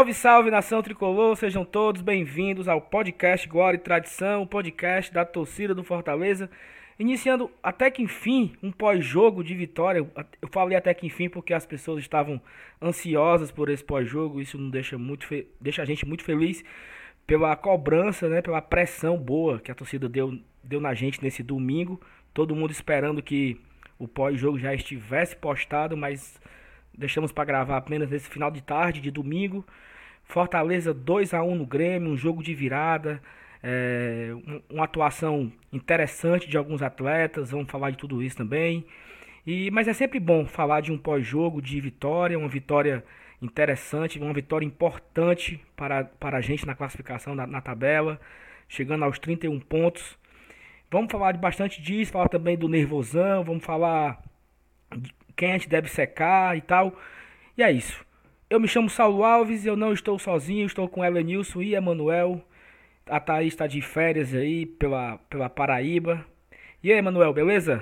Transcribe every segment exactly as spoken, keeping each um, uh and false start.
Salve, salve, nação tricolor, sejam todos bem-vindos ao podcast Glória e Tradição, o podcast da torcida do Fortaleza, iniciando até que enfim um pós-jogo de vitória. Eu falei até que enfim porque as pessoas estavam ansiosas por esse pós-jogo, isso não deixa, muito fe... deixa a gente muito feliz pela cobrança, né, pela pressão boa que a torcida deu, deu na gente nesse domingo, todo mundo esperando que o pós-jogo já estivesse postado, mas deixamos para gravar apenas nesse final de tarde de domingo. Fortaleza dois a um no Grêmio, um jogo de virada, é, um, uma atuação interessante de alguns atletas, vamos falar de tudo isso também. E, mas é sempre bom falar de um pós-jogo, de vitória, uma vitória interessante, uma vitória importante para, para a gente na classificação, na, na tabela, chegando aos trinta e um pontos. Vamos falar de bastante disso, falar também do nervosão, vamos falar de quem a gente deve secar e tal. E é isso. Eu me chamo Saulo Alves e eu não estou sozinho, estou com Elenilson e Emanuel. A Thaís está de férias aí pela, pela Paraíba. E aí, Emanuel, beleza?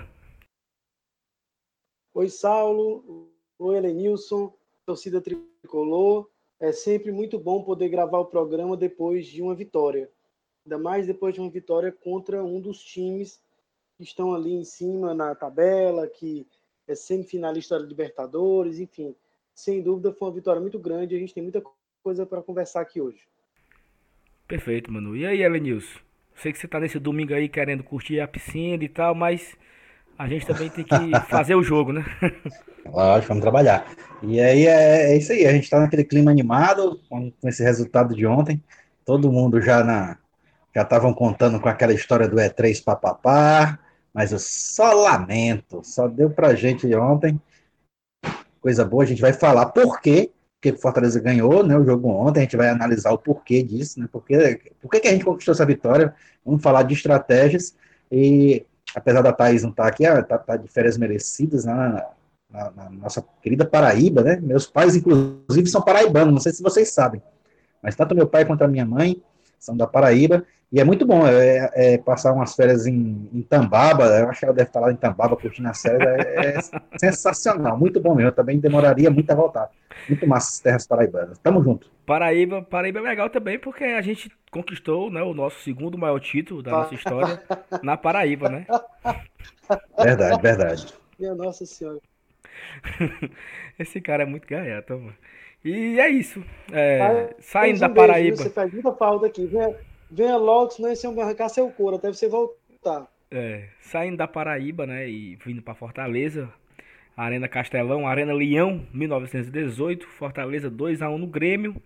Oi, Saulo. Oi, Elenilson. Torcida tricolor. É sempre muito bom poder gravar o programa depois de uma vitória. Ainda mais depois de uma vitória contra um dos times que estão ali em cima na tabela, que é semifinalista da Libertadores, enfim. Sem dúvida foi uma vitória muito grande. A gente tem muita coisa para conversar aqui hoje. Perfeito, Manu. E aí, Elenilson? Sei que você tá nesse domingo aí querendo curtir a piscina e tal, mas a gente também tem que fazer o jogo, né? Lógico, vamos trabalhar. E aí é, é isso aí, a gente tá naquele clima animado com, com esse resultado de ontem. Todo mundo já na já estavam contando com aquela história do E três papapá, mas eu só lamento, só deu pra gente ontem. Coisa boa, a gente vai falar por quê que o Fortaleza ganhou, né, o jogo ontem, a gente vai analisar o porquê disso, né, porque, por que a gente conquistou essa vitória, vamos falar de estratégias, e apesar da Thaís não estar aqui, ela tá, tá de férias merecidas, né, na, na, na nossa querida Paraíba, né, meus pais inclusive são paraibanos, não sei se vocês sabem, mas tanto meu pai quanto a minha mãe são da Paraíba, e é muito bom é, é, passar umas férias em, em Tambaba, eu acho que ela deve estar lá em Tambaba curtindo as férias, é, é sensacional, muito bom mesmo, eu também demoraria muito a voltar. Muito massa as terras paraibanas, tamo junto. Paraíba, Paraíba é legal também porque a gente conquistou, né, o nosso segundo maior título da nossa história na Paraíba, né? Verdade, verdade. Minha Nossa Senhora. Esse cara é muito gaiato, mano. E é isso. É, Mas saindo da um beijo, viu? Paraíba. Você faz muita falta aqui. Venha, venha logo, senão esse homem vai arrancar seu couro até você voltar. É, saindo da Paraíba, né, e vindo pra Fortaleza, Arena Castelão, Arena Leão, mil novecentos e dezoito, Fortaleza dois a um no Grêmio.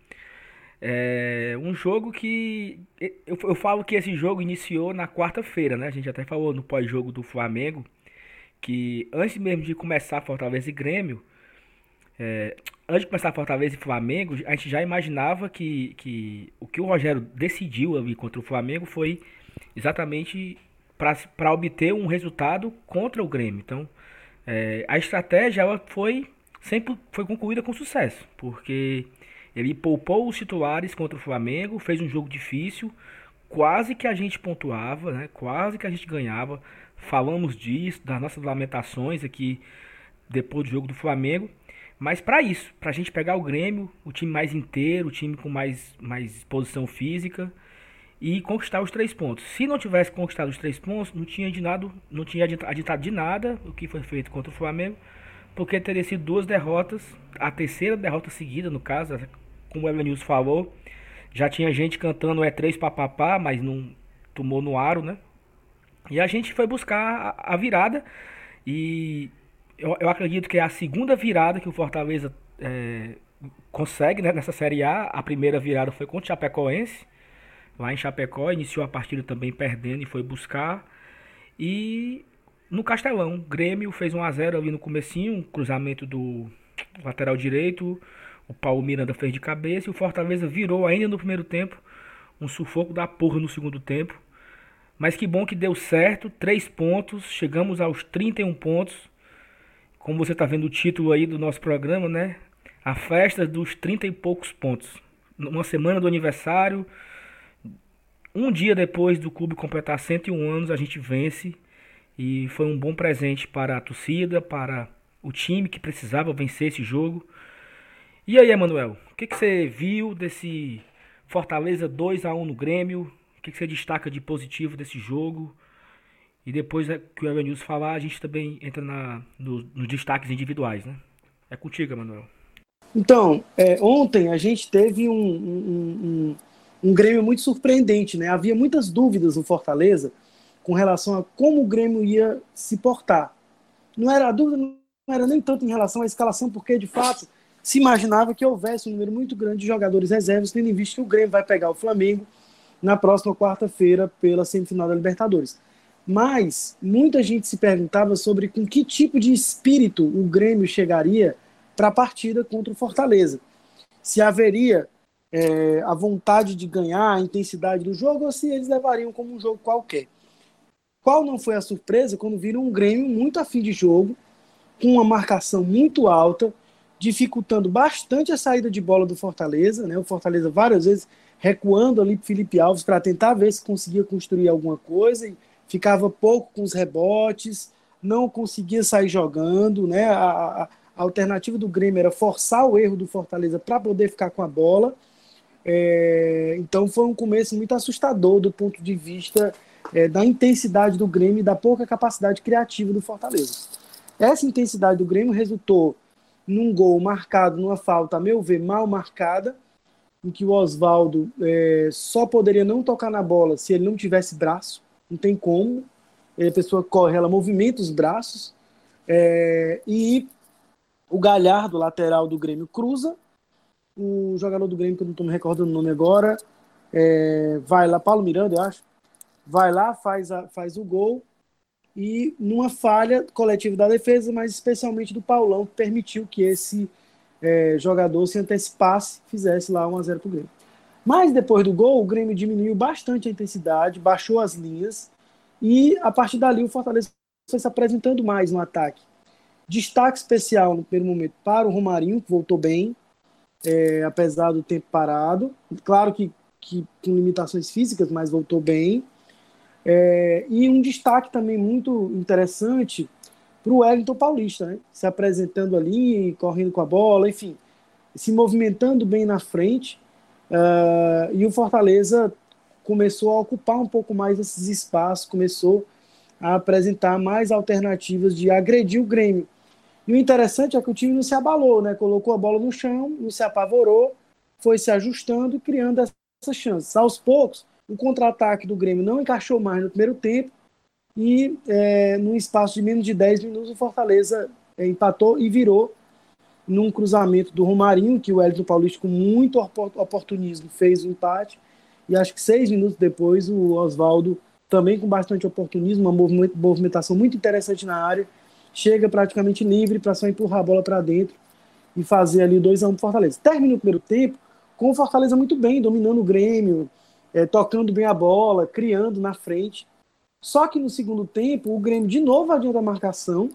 É um jogo que eu, eu falo que esse jogo iniciou na quarta-feira, né? A gente até falou no pós-jogo do Flamengo que antes mesmo de começar Fortaleza e Grêmio, é, antes de começar Fortaleza e Flamengo, a gente já imaginava que, que o que o Rogério decidiu ali contra o Flamengo foi exatamente para obter um resultado contra o Grêmio. Então, é, a estratégia ela foi sempre foi concluída com sucesso, porque ele poupou os titulares contra o Flamengo, fez um jogo difícil, quase que a gente pontuava, né? Quase que a gente ganhava. Falamos disso, das nossas lamentações aqui depois do jogo do Flamengo. Mas para isso, para a gente pegar o Grêmio, o time mais inteiro, o time com mais, mais posição física e conquistar os três pontos. Se não tivesse conquistado os três pontos, não tinha, de nada, não tinha adiantado de nada o que foi feito contra o Flamengo, porque teria sido duas derrotas, a terceira derrota seguida, no caso, como o Elenilson falou. Já tinha gente cantando E três papapá, mas não tomou no aro, né? E a gente foi buscar a, a virada e eu, eu acredito que é a segunda virada que o Fortaleza é, consegue, né, nessa Série A. A primeira virada foi contra o Chapecoense, lá em Chapecó, iniciou a partida também perdendo e foi buscar. E no Castelão, Grêmio fez um a zero ali no comecinho, um cruzamento do lateral direito, o Paulo Miranda fez de cabeça e o Fortaleza virou ainda no primeiro tempo, um sufoco da porra no segundo tempo. Mas que bom que deu certo, três pontos, chegamos aos trinta e um pontos. Como você está vendo o título aí do nosso programa, né? A festa dos trinta e poucos pontos. Uma semana do aniversário, um dia depois do clube completar cento e um anos, a gente vence. E foi um bom presente para a torcida, para o time que precisava vencer esse jogo. E aí, Emanuel, que, que você viu desse Fortaleza dois a um no Grêmio? O que, que você destaca de positivo desse jogo? E depois é, que o Evanilson falar, a gente também entra na, no, nos destaques individuais, né? É contigo, Emanuel. Então, é, ontem a gente teve um, um, um, um Grêmio muito surpreendente, né? Havia muitas dúvidas no Fortaleza com relação a como o Grêmio ia se portar. Não era, a dúvida não era nem tanto em relação à escalação, porque, de fato, se imaginava que houvesse um número muito grande de jogadores reservas, tendo em vista que o Grêmio vai pegar o Flamengo na próxima quarta-feira pela semifinal da Libertadores. Mas muita gente se perguntava sobre com que tipo de espírito o Grêmio chegaria para a partida contra o Fortaleza. Se haveria é, a vontade de ganhar, a intensidade do jogo, ou se eles levariam como um jogo qualquer. Qual não foi a surpresa quando viram um Grêmio muito afim de jogo, com uma marcação muito alta, dificultando bastante a saída de bola do Fortaleza, né? O Fortaleza várias vezes recuando ali para Felipe Alves para tentar ver se conseguia construir alguma coisa, e ficava pouco com os rebotes, não conseguia sair jogando, né? A, a, a alternativa do Grêmio era forçar o erro do Fortaleza para poder ficar com a bola. É, então foi um começo muito assustador do ponto de vista é, da intensidade do Grêmio e da pouca capacidade criativa do Fortaleza. Essa intensidade do Grêmio resultou num gol marcado numa falta, a meu ver, mal marcada, em que o Oswaldo é, só poderia não tocar na bola se ele não tivesse braço, não tem como, a pessoa corre, ela movimenta os braços, é, e o Galhardo, lateral do Grêmio, cruza, o jogador do Grêmio, que eu não estou me recordando o nome agora, é, vai lá, Paulo Miranda, eu acho, vai lá, faz, a, faz o gol, e numa falha coletiva da defesa, mas especialmente do Paulão, que permitiu que esse é, jogador se antecipasse, fizesse lá um a zero para o Grêmio. Mas depois do gol, o Grêmio diminuiu bastante a intensidade, baixou as linhas, e a partir dali o Fortaleza foi se apresentando mais no ataque. Destaque especial no primeiro momento para o Romarinho, que voltou bem, é, apesar do tempo parado. Claro que, que com limitações físicas, mas voltou bem. É, e um destaque também muito interessante para o Wellington Paulista, né? Se apresentando ali, correndo com a bola, enfim, se movimentando bem na frente. Uh, e o Fortaleza começou a ocupar um pouco mais esses espaços, começou a apresentar mais alternativas de agredir o Grêmio. E o interessante é que o time não se abalou, né? Colocou a bola no chão, não se apavorou, foi se ajustando e criando essas chances. Aos poucos, o contra-ataque do Grêmio não encaixou mais no primeiro tempo e, é, num espaço de menos de dez minutos, o Fortaleza é, empatou e virou num cruzamento do Romarinho, que o Wellington Paulista, com muito oportunismo, fez o empate. E acho que seis minutos depois, o Oswaldo, também com bastante oportunismo, uma movimentação muito interessante na área, chega praticamente livre para só empurrar a bola para dentro e fazer ali dois a um para o Fortaleza. Termina o primeiro tempo com o Fortaleza muito bem, dominando o Grêmio, é, tocando bem a bola, criando na frente. Só que no segundo tempo, o Grêmio de novo adianta a marcação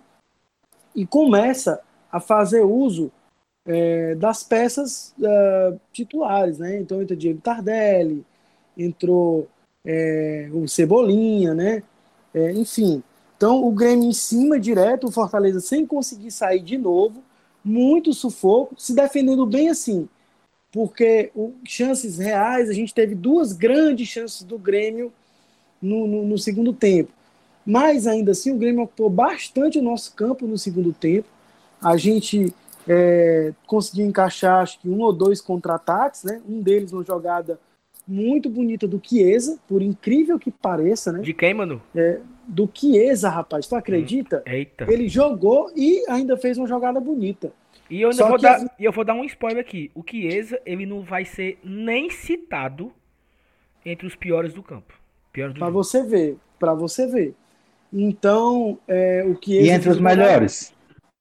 e começa a fazer uso é, das peças uh, titulares, né? Então entra Diego Tardelli, entrou é, o Cebolinha, né? É, enfim, então o Grêmio em cima direto, o Fortaleza sem conseguir sair de novo, muito sufoco, se defendendo bem assim, porque o, chances reais, a gente teve duas grandes chances do Grêmio no, no, no segundo tempo, mas ainda assim o Grêmio ocupou bastante o nosso campo no segundo tempo. A gente é, conseguiu encaixar acho que um ou dois contra-ataques, né? Um deles uma jogada muito bonita do Chiesa, por incrível que pareça, né? De quem, mano? É, do Chiesa, rapaz, tu acredita? Hum, eita. Ele jogou e ainda fez uma jogada bonita. E eu ainda Só vou que dar, as- e eu vou dar um spoiler aqui. O Chiesa, ele não vai ser nem citado entre os piores do campo. Piores do Pra jogo. você ver, pra você ver. Então, é, o Chiesa... E entre os fez uma jogada- melhores?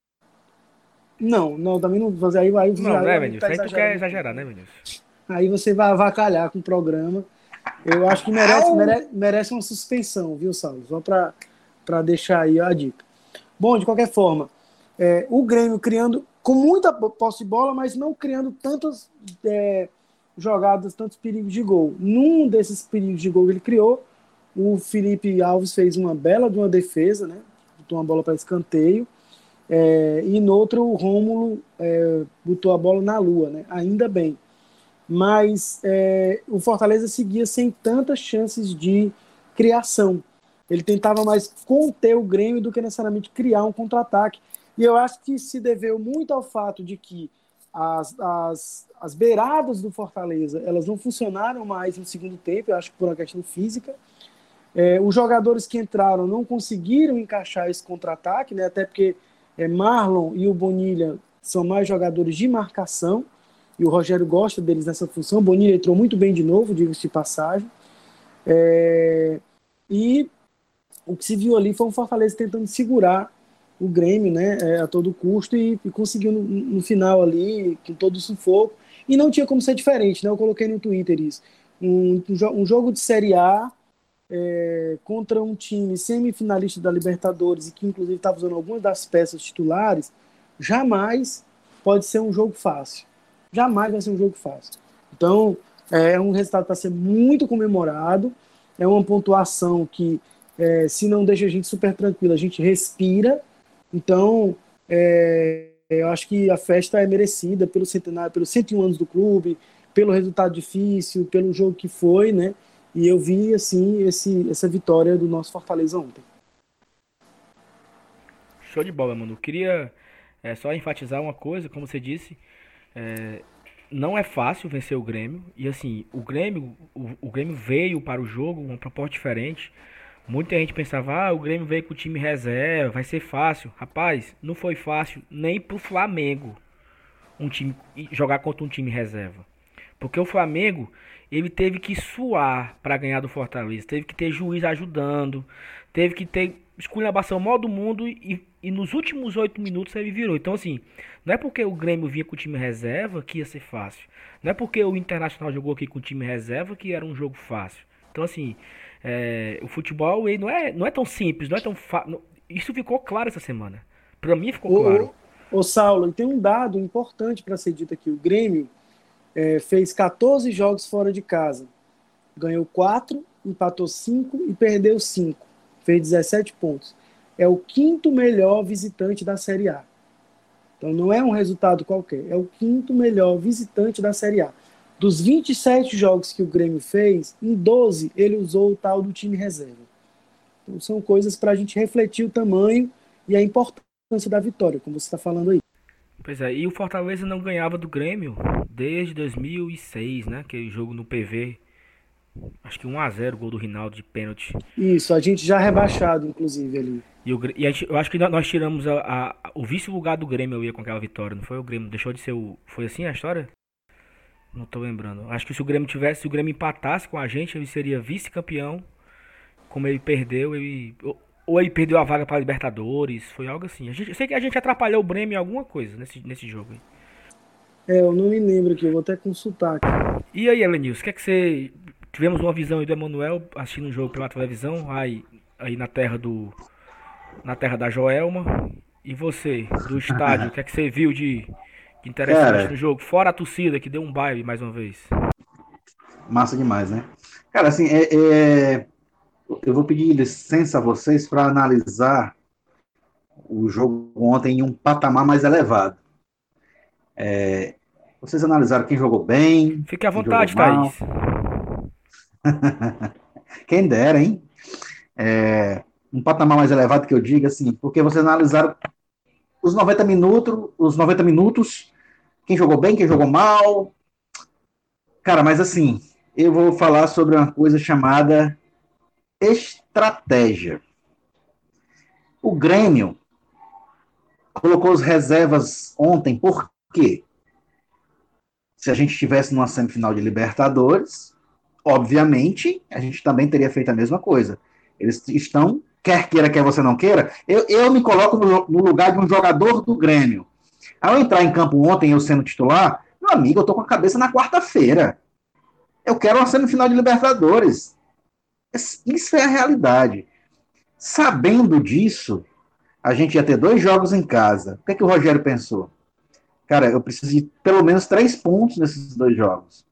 Não, não, também não vou fazer. Aí, aí, Não, aí, né, aí Vinícius? tá Aí tu exagerando quer um pouco. exagerar, né, Vinícius? Aí você vai avacalhar com o programa. Eu acho que merece, mere- merece uma suspensão, viu, Saulo? Só para deixar aí a dica. Bom, de qualquer forma, é, o Grêmio criando com muita posse de bola, mas não criando tantas é, jogadas, tantos perigos de gol. Num desses perigos de gol que ele criou, o Felipe Alves fez uma bela de uma defesa, né? Botou uma bola para escanteio. É, e no outro o Rômulo é, botou a bola na lua, né? Ainda bem. Mas é, o Fortaleza seguia sem tantas chances de criação. Ele tentava mais conter o Grêmio do que necessariamente criar um contra-ataque. E eu acho que se deveu muito ao fato de que as, as, as beiradas do Fortaleza elas não funcionaram mais no segundo tempo, eu acho que por uma questão física. É, os jogadores que entraram não conseguiram encaixar esse contra-ataque, né? Até porque é, Marlon e o Bonilha são mais jogadores de marcação, e o Rogério gosta deles nessa função. O Bonilha entrou muito bem de novo, digo-se de passagem. É, e o que se viu ali foi um Fortaleza tentando segurar o Grêmio, né, é, a todo custo, e, e conseguiu no, no final ali, com todo o sufoco. E não tinha como ser diferente, né? Eu coloquei no Twitter isso. Um, um, um jogo de Série A é, contra um time semifinalista da Libertadores e que inclusive estava usando algumas das peças titulares, jamais pode ser um jogo fácil. Jamais vai ser um jogo fácil. Então, é um resultado para ser muito comemorado, é uma pontuação que, é, se não deixa a gente super tranquilo, a gente respira. Então, é, eu acho que a festa é merecida pelo centenário, pelos cento e um anos do clube, pelo resultado difícil, pelo jogo que foi, né? E eu vi, assim, esse, essa vitória do nosso Fortaleza ontem. Show de bola, mano. Eu queria é, só enfatizar uma coisa, como você disse, é, não é fácil vencer o Grêmio. E assim, o Grêmio, o, o Grêmio veio para o jogo uma proposta diferente. Muita gente pensava, ah, o Grêmio veio com o time reserva, vai ser fácil. Rapaz, não foi fácil nem pro Flamengo um time jogar contra um time reserva. Porque o Flamengo, ele teve que suar para ganhar do Fortaleza, teve que ter juiz ajudando, teve que ter esculhambação maior do mundo e, e nos últimos oito minutos ele virou. Então assim, não é porque o Grêmio vinha com o time reserva que ia ser fácil. Não é porque o Internacional jogou aqui com o time reserva que era um jogo fácil. Então assim, é, o futebol ele não, é, não é tão simples, não é tão fácil. Isso ficou claro essa semana. Pra mim ficou claro. Ô, ô, ô Saulo, e tem um dado importante para ser dito aqui. O Grêmio é, fez catorze jogos fora de casa. Ganhou quatro, empatou cinco e perdeu cinco. Fez dezessete pontos. É o quinto melhor visitante da Série A. Então não é um resultado qualquer. É o quinto melhor visitante da Série A. Dos vinte e sete jogos que o Grêmio fez, em doze ele usou o tal do time reserva. Então são coisas para a gente refletir o tamanho e a importância da vitória, como você está falando aí. Pois é, e o Fortaleza não ganhava do Grêmio desde dois mil e seis, né? Aquele jogo no P V. Acho que um a zero, gol do Rinaldo de pênalti. Isso, a gente já rebaixado, inclusive, ali. E, o, e a gente, eu acho que nós tiramos a, a, o vice-lugar do Grêmio eu ia com aquela vitória, não foi? O Grêmio deixou de ser o. Foi assim a história? Não tô lembrando. Acho que se o Grêmio tivesse, se o Grêmio empatasse com a gente, ele seria vice-campeão. Como ele perdeu, ele. Ou, ou ele perdeu a vaga para Libertadores, foi algo assim. A gente, eu sei que a gente atrapalhou o Grêmio em alguma coisa nesse, nesse jogo aí. É, eu não me lembro aqui, eu vou até consultar aqui. E aí, Elenilson, o que é que você. Tivemos uma visão aí do Emanuel assistindo o jogo pela televisão, aí, aí na terra do. Na terra da Joelma. E você, do estádio, o que é que você viu de, de interessante Cara, no jogo? Fora a torcida que deu um baile mais uma vez. massa demais, né? Cara, assim, é, é, eu vou pedir licença a vocês para analisar o jogo ontem em um patamar mais elevado. É, vocês analisaram quem jogou bem, Fique à quem jogou vontade, mal. Thaís. Quem dera, hein? É, um patamar mais elevado que eu diga, assim, porque vocês analisaram os noventa minutos, os noventa minutos, quem jogou bem, quem jogou mal. Cara, mas assim, eu vou falar sobre uma coisa chamada estratégia. O Grêmio colocou as reservas ontem, por quê? Se a gente estivesse numa semifinal de Libertadores, obviamente, a gente também teria feito a mesma coisa. Eles estão, quer queira, quer você não queira, eu, eu me coloco no, no lugar de um jogador do Grêmio. Ao entrar em campo ontem, eu sendo titular, meu amigo, eu tô com a cabeça na quarta-feira. Eu quero uma semifinal de Libertadores. Isso é a realidade. Sabendo disso, a gente ia ter dois jogos em casa. O que é que o Rogério pensou? Cara, eu preciso de pelo menos três pontos nesses dois jogos.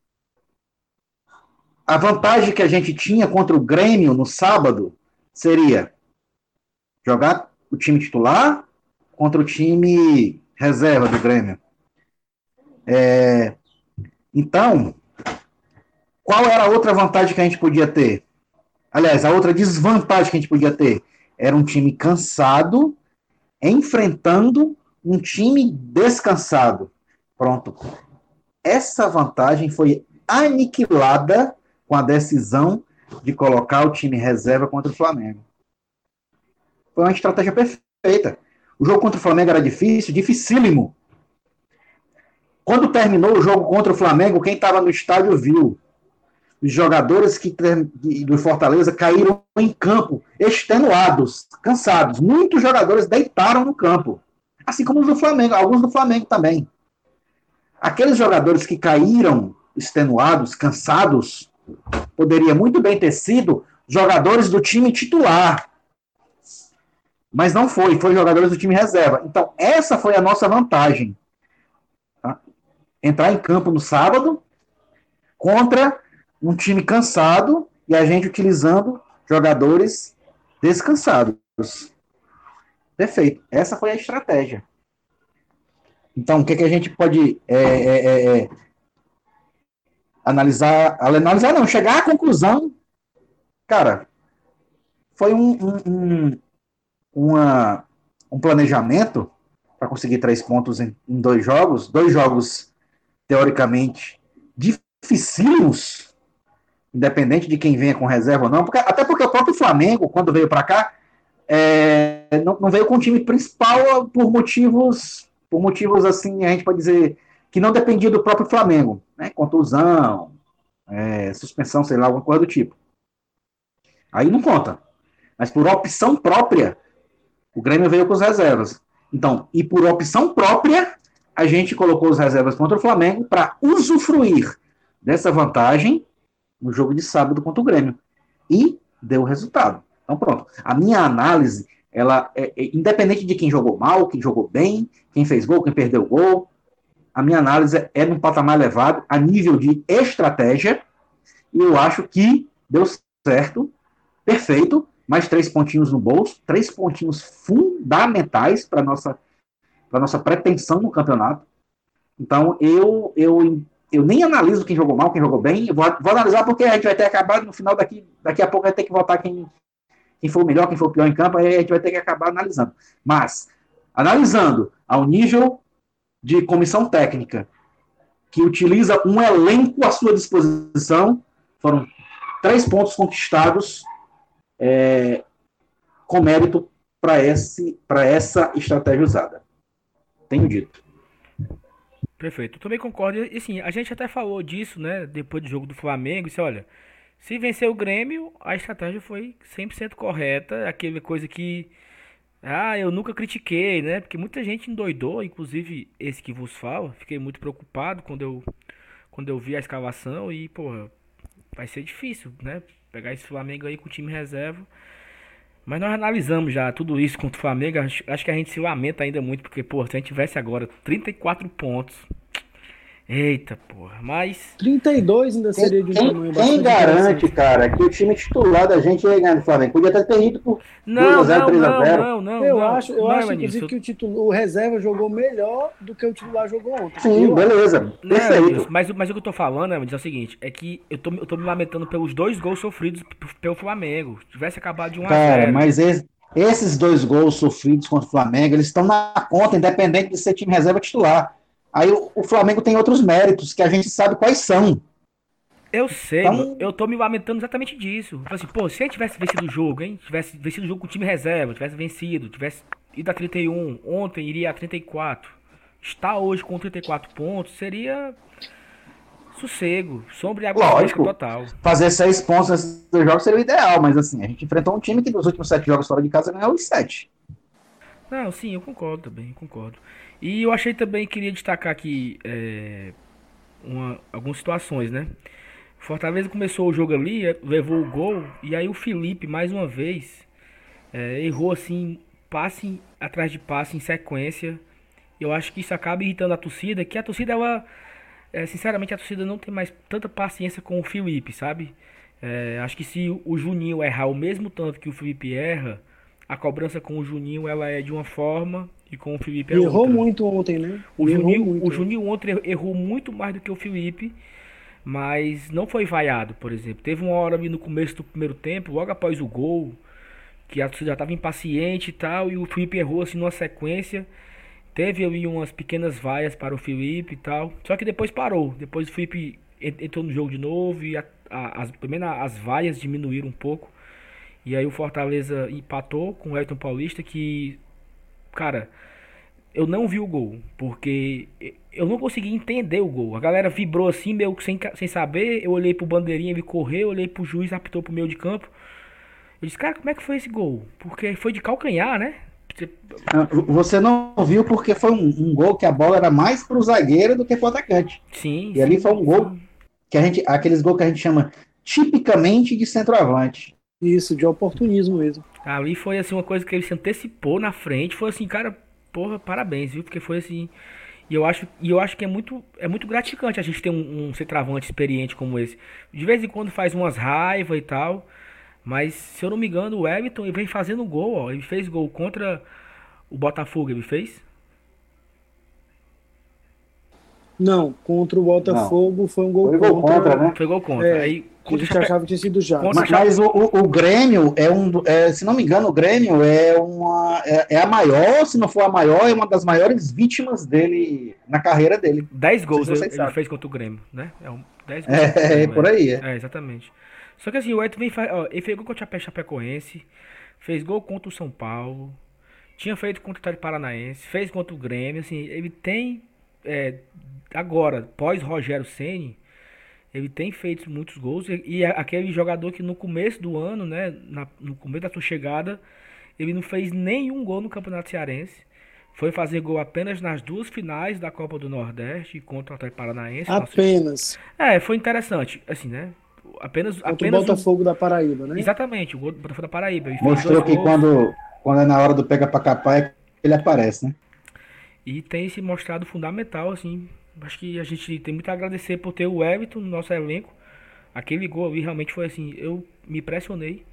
A vantagem que a gente tinha contra o Grêmio no sábado seria jogar o time titular contra o time reserva do Grêmio. É, então, qual era a outra vantagem que a gente podia ter? Aliás, a outra desvantagem que a gente podia ter era um time cansado enfrentando um time descansado. Pronto. Essa vantagem foi aniquilada com a decisão de colocar o time reserva contra o Flamengo. Foi uma estratégia perfeita. O jogo contra o Flamengo era difícil, dificílimo. Quando terminou o jogo contra o Flamengo, quem estava no estádio viu. Os jogadores que, do Fortaleza caíram em campo, extenuados, cansados. Muitos jogadores deitaram no campo. Assim como os do Flamengo, alguns do Flamengo também. Aqueles jogadores que caíram extenuados, cansados, poderia muito bem ter sido jogadores do time titular. Mas não foi, foi jogadores do time reserva. Então, essa foi a nossa vantagem. Tá? Entrar em campo no sábado contra um time cansado e a gente utilizando jogadores descansados. Perfeito. Essa foi a estratégia. Então, o que, que a gente pode é, é, é, analisar? Analisar não, chegar à conclusão. Cara, foi um, um, um, uma, um planejamento para conseguir três pontos em, em dois jogos. Dois jogos, teoricamente, dificílimos, independente de quem venha com reserva ou não, porque, até porque o próprio Flamengo, quando veio para cá, é, não, não veio com o time principal por motivos, por motivos assim, a gente pode dizer, que não dependia do próprio Flamengo, né? Contusão, é, suspensão, sei lá, alguma coisa do tipo. Aí não conta. Mas por opção própria, o Grêmio veio com as reservas. Então, e por opção própria, a gente colocou as reservas contra o Flamengo para usufruir dessa vantagem no jogo de sábado contra o Grêmio. E deu resultado. Então pronto. A minha análise, ela é, é independente de quem jogou mal, quem jogou bem, quem fez gol, quem perdeu gol, a minha análise é, é num patamar elevado, a nível de estratégia, e eu acho que deu certo, perfeito, mais três pontinhos no bolso, três pontinhos fundamentais para a nossa, para nossa pretensão no campeonato. Então eu, eu Eu nem analiso quem jogou mal, quem jogou bem. Eu vou, vou analisar porque a gente vai ter acabado no final daqui. Daqui a pouco vai ter que votar quem, quem foi o melhor, quem foi o pior em campo. Aí a gente vai ter que acabar analisando. Mas, analisando ao nível de comissão técnica, que utiliza um elenco à sua disposição, foram três pontos conquistados é, com mérito para essa estratégia usada. Tenho dito. Perfeito, eu também concordo. E assim, a gente até falou disso, né? Depois do jogo do Flamengo. Disse, olha, se vencer o Grêmio, a estratégia foi cem por cento correta. Aquela coisa que, ah, eu nunca critiquei, né? Porque muita gente endoidou, inclusive esse que vos fala. Fiquei muito preocupado quando eu, quando eu vi a escalação. E, porra, vai ser difícil, né? Pegar esse Flamengo aí com o time reserva. Mas nós analisamos já tudo isso contra o Flamengo. Acho, acho que a gente se lamenta ainda muito. Porque, pô, se a gente tivesse agora trinta e quatro pontos. Eita, porra. Mas. trinta e dois ainda seria de um quem, tamanho bastante. Quem garante, cara, que o time titular da gente ia ganhar no Flamengo? Podia até ter ido por Não, dois a zero, não, três a não, zero. não, não. Eu não, acho, eu não, acho Evanilson, inclusive, que o, titular, o reserva jogou melhor do que o titular jogou ontem. Sim, Eu beleza. Não, Perfeito. Evanilson, mas, mas o que eu tô falando, Evanilson, é o seguinte: é que eu tô, eu tô me lamentando pelos dois gols sofridos p- pelo Flamengo. Se tivesse acabado de um a Cara, zero. mas esse- esses dois gols sofridos contra o Flamengo, eles estão na conta, independente de ser time reserva ou titular. Aí o, o Flamengo tem outros méritos que a gente sabe quais são. Eu sei, Então- mano, eu tô me lamentando exatamente disso. Falei assim, pô, se a gente tivesse vencido o jogo, hein? Tivesse vencido o jogo com o time reserva, tivesse vencido, tivesse ido a trinta e um, ontem iria a trinta e quatro. Está hoje com trinta e quatro pontos, seria sossego, sombra e água fresca Lógico. total. Fazer seis pontos nesses dois jogos seria o ideal, mas assim, a gente enfrentou um time que nos últimos sete jogos fora de casa ganhou os sete. Não, sim, eu concordo também, eu concordo. E eu achei também, queria destacar aqui é, uma- algumas situações, né? O Fortaleza começou o jogo ali, é, levou o gol, e aí o Felipe, mais uma vez, é, errou assim, passe atrás de passe em sequência. Eu acho que isso acaba irritando a torcida, que a torcida, ela, é, sinceramente, a torcida não tem mais tanta paciência com o Felipe, sabe? É, acho que se o Juninho errar o mesmo tanto que o Felipe erra, a cobrança com o Juninho ela é de uma forma e com o Felipe é E errou outra. muito ontem, né? O Errou Juninho, muito, o né? Juninho ontem errou muito mais do que o Felipe, mas não foi vaiado, por exemplo. Teve uma hora ali no começo do primeiro tempo, logo após o gol, que a torcida já estava impaciente e tal, e o Felipe errou assim numa sequência. Teve ali umas pequenas vaias para o Felipe e tal. Só que depois parou. Depois o Felipe en- entrou no jogo de novo e a- a- as, primeiro as vaias diminuíram um pouco. E aí o Fortaleza empatou com o Elton Paulista que, cara, eu não vi o gol, porque eu não consegui entender o gol. A galera vibrou assim, meio que sem, ca- sem saber. Eu olhei pro bandeirinha, ele correu, olhei pro juiz, apitou pro meio de campo. Eu disse, cara, como é que foi esse gol? Porque foi de calcanhar, né? Você- Ah, Você não viu porque foi um, um gol que a bola era mais pro zagueiro do que pro atacante. Sim, E ali foi sim, um gol sim. que a gente, aqueles gols que a gente chama tipicamente de centroavante. Isso, de oportunismo mesmo. Ali foi assim uma coisa que ele se antecipou na frente. Foi assim, cara, porra, parabéns, viu? Porque foi assim. E eu acho, e eu acho que é muito, é muito gratificante a gente ter um, um centroavante experiente como esse. De vez em quando faz umas raivas e tal. Mas se eu não me engano, o Everton ele vem fazendo gol, ó. Ele fez gol contra o Botafogo, ele fez? Não, contra o Não. Botafogo foi um gol Foi contra. gol contra, né? Foi gol contra. É, Aí que a contra o gente Chape... achava que tinha sido já. Contra- Mas, mas o, o, o Grêmio é um. do- É, se não me engano, o Grêmio é uma. É, é a maior, se não for a maior, é uma das maiores vítimas dele na carreira dele. dez Não sei gols se ele, vocês ele sabem. fez contra o Grêmio, né? É um dez gols contra o É, é Grêmio, por aí, é. É, exatamente. Só que assim, o Everton vem fa- ó, ele fez gol contra o Chape- Chapecoense, fez gol contra o São Paulo, tinha feito contra o Atlético Paranaense, fez contra o Grêmio, assim, ele tem é, agora, pós Rogério Ceni, ele tem feito muitos gols e, e é aquele jogador que no começo do ano, né, na- no começo da sua chegada, ele não fez nenhum gol no Campeonato Cearense. Foi fazer gol apenas nas duas finais da Copa do Nordeste contra o Atlético Paranaense. Nossa, Apenas. é, foi interessante, assim, né? Apenas, Contra o apenas o, Botafogo da Paraíba, né? exatamente, o gol do Botafogo da Paraíba. Ele fez Mostrou dois que gols quando, quando é na hora do pega pra capar, é que ele aparece, né? e tem se mostrado fundamental, assim. Acho que a gente tem muito a agradecer por ter o Everton no nosso elenco. Aquele gol ali realmente foi assim, eu me impressionei.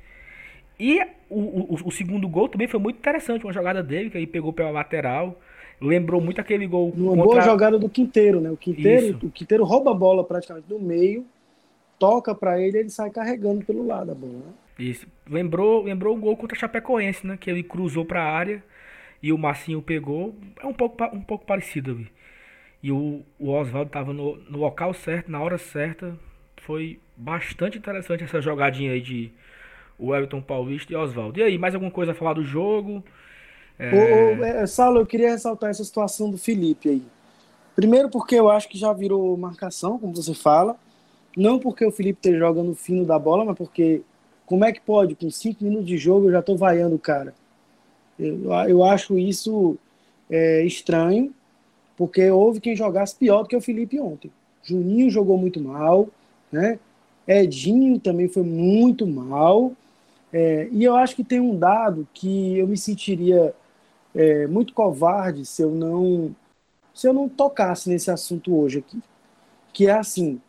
E o, o, o segundo gol também foi muito interessante, uma jogada dele, que ele pegou pela lateral. Lembrou muito aquele gol Numa contra... boa jogada do Quinteiro, né? O Quinteiro, Isso. o Quinteiro rouba a bola praticamente no meio, toca pra ele e ele sai carregando pelo lado a bola, né? Isso. Lembrou, lembrou o gol contra a Chapecoense, né? Que ele cruzou pra área e o Marcinho pegou. É um pouco, pa- um pouco parecido ali. E o, o Oswaldo tava no, no local certo, na hora certa. Foi bastante interessante essa jogadinha aí de o Everton Paulista e Oswaldo. E aí, mais alguma coisa a falar do jogo? Ô, ô, é, Saulo, eu queria ressaltar essa situação do Felipe aí. Primeiro porque eu acho que já virou marcação, como você fala. Não porque o Felipe esteja jogando fino da bola, mas porque como é que pode? Com cinco minutos de jogo eu já tô vaiando o cara. Eu, eu acho isso é, estranho, porque houve quem jogasse pior do que o Felipe ontem. Juninho jogou muito mal, né? Edinho também foi muito mal. É, e eu acho que tem um dado que eu me sentiria é, muito covarde se eu não se eu não tocasse nesse assunto hoje aqui, que é assim,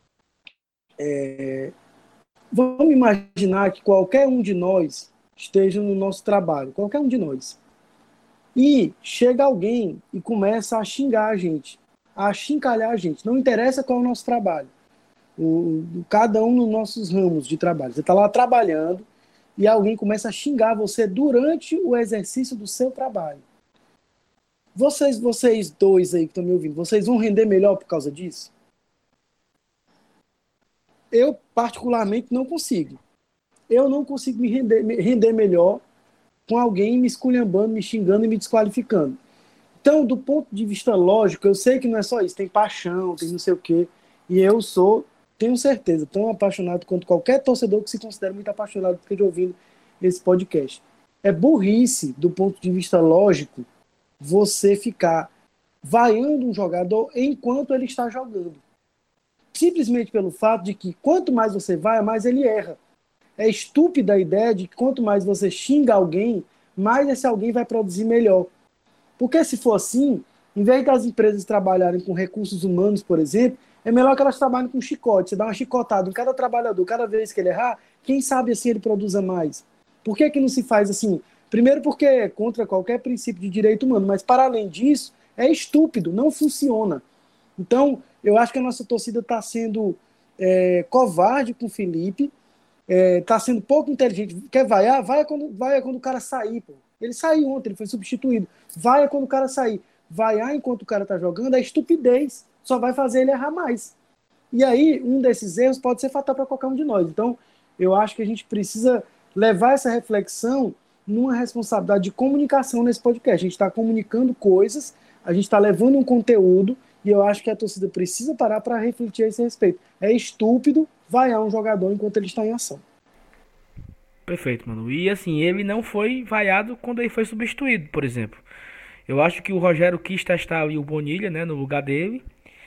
vamos imaginar que qualquer um de nós esteja no nosso trabalho, qualquer um de nós, e chega alguém e começa a xingar a gente, a achincalhar a gente, não interessa qual é o nosso trabalho, o, cada um nos nossos ramos de trabalho, você está lá trabalhando e alguém começa a xingar você durante o exercício do seu trabalho. Vocês, vocês dois aí que estão me ouvindo, vocês vão render melhor por causa disso? Eu, particularmente, não consigo. Eu não consigo me render, me render melhor com alguém me esculhambando, me xingando e me desqualificando. Então, do ponto de vista lógico, eu sei que não é só isso. Tem paixão, tem não sei o quê. E eu sou, tenho certeza, tão apaixonado quanto qualquer torcedor que se considera muito apaixonado por ter ouvido esse podcast. É burrice, do ponto de vista lógico, você ficar vaiando um jogador enquanto ele está jogando. Simplesmente pelo fato de que quanto mais você vai, mais ele erra. É estúpida a ideia de que quanto mais você xinga alguém, mais esse alguém vai produzir melhor. Porque se for assim, em vez das empresas trabalharem com recursos humanos, por exemplo, é melhor que elas trabalhem com chicote. Você dá uma chicotada em cada trabalhador, cada vez que ele errar, quem sabe assim ele produza mais. Por que que não se faz assim? Primeiro porque é contra qualquer princípio de direito humano, mas para além disso, é estúpido, não funciona. Então, eu acho que a nossa torcida está sendo é, covarde com o Felipe, está é, sendo pouco inteligente. Quer vaiar? Vai quando, vai quando o cara sair, pô. Ele saiu ontem, ele foi substituído. Vai quando o cara sair. Vaiar enquanto o cara está jogando é estupidez. Só vai fazer ele errar mais. E aí, um desses erros pode ser fatal para qualquer um de nós. Então, eu acho que a gente precisa levar essa reflexão numa responsabilidade de comunicação nesse podcast. A gente está comunicando coisas, a gente está levando um conteúdo, e eu acho que a torcida precisa parar para refletir a esse respeito. É estúpido vaiar um jogador enquanto ele está em ação. Perfeito, mano. E assim, ele não foi vaiado quando ele foi substituído, por exemplo. Eu acho que o Rogério quis testar ali o Bonilha, né, no lugar dele.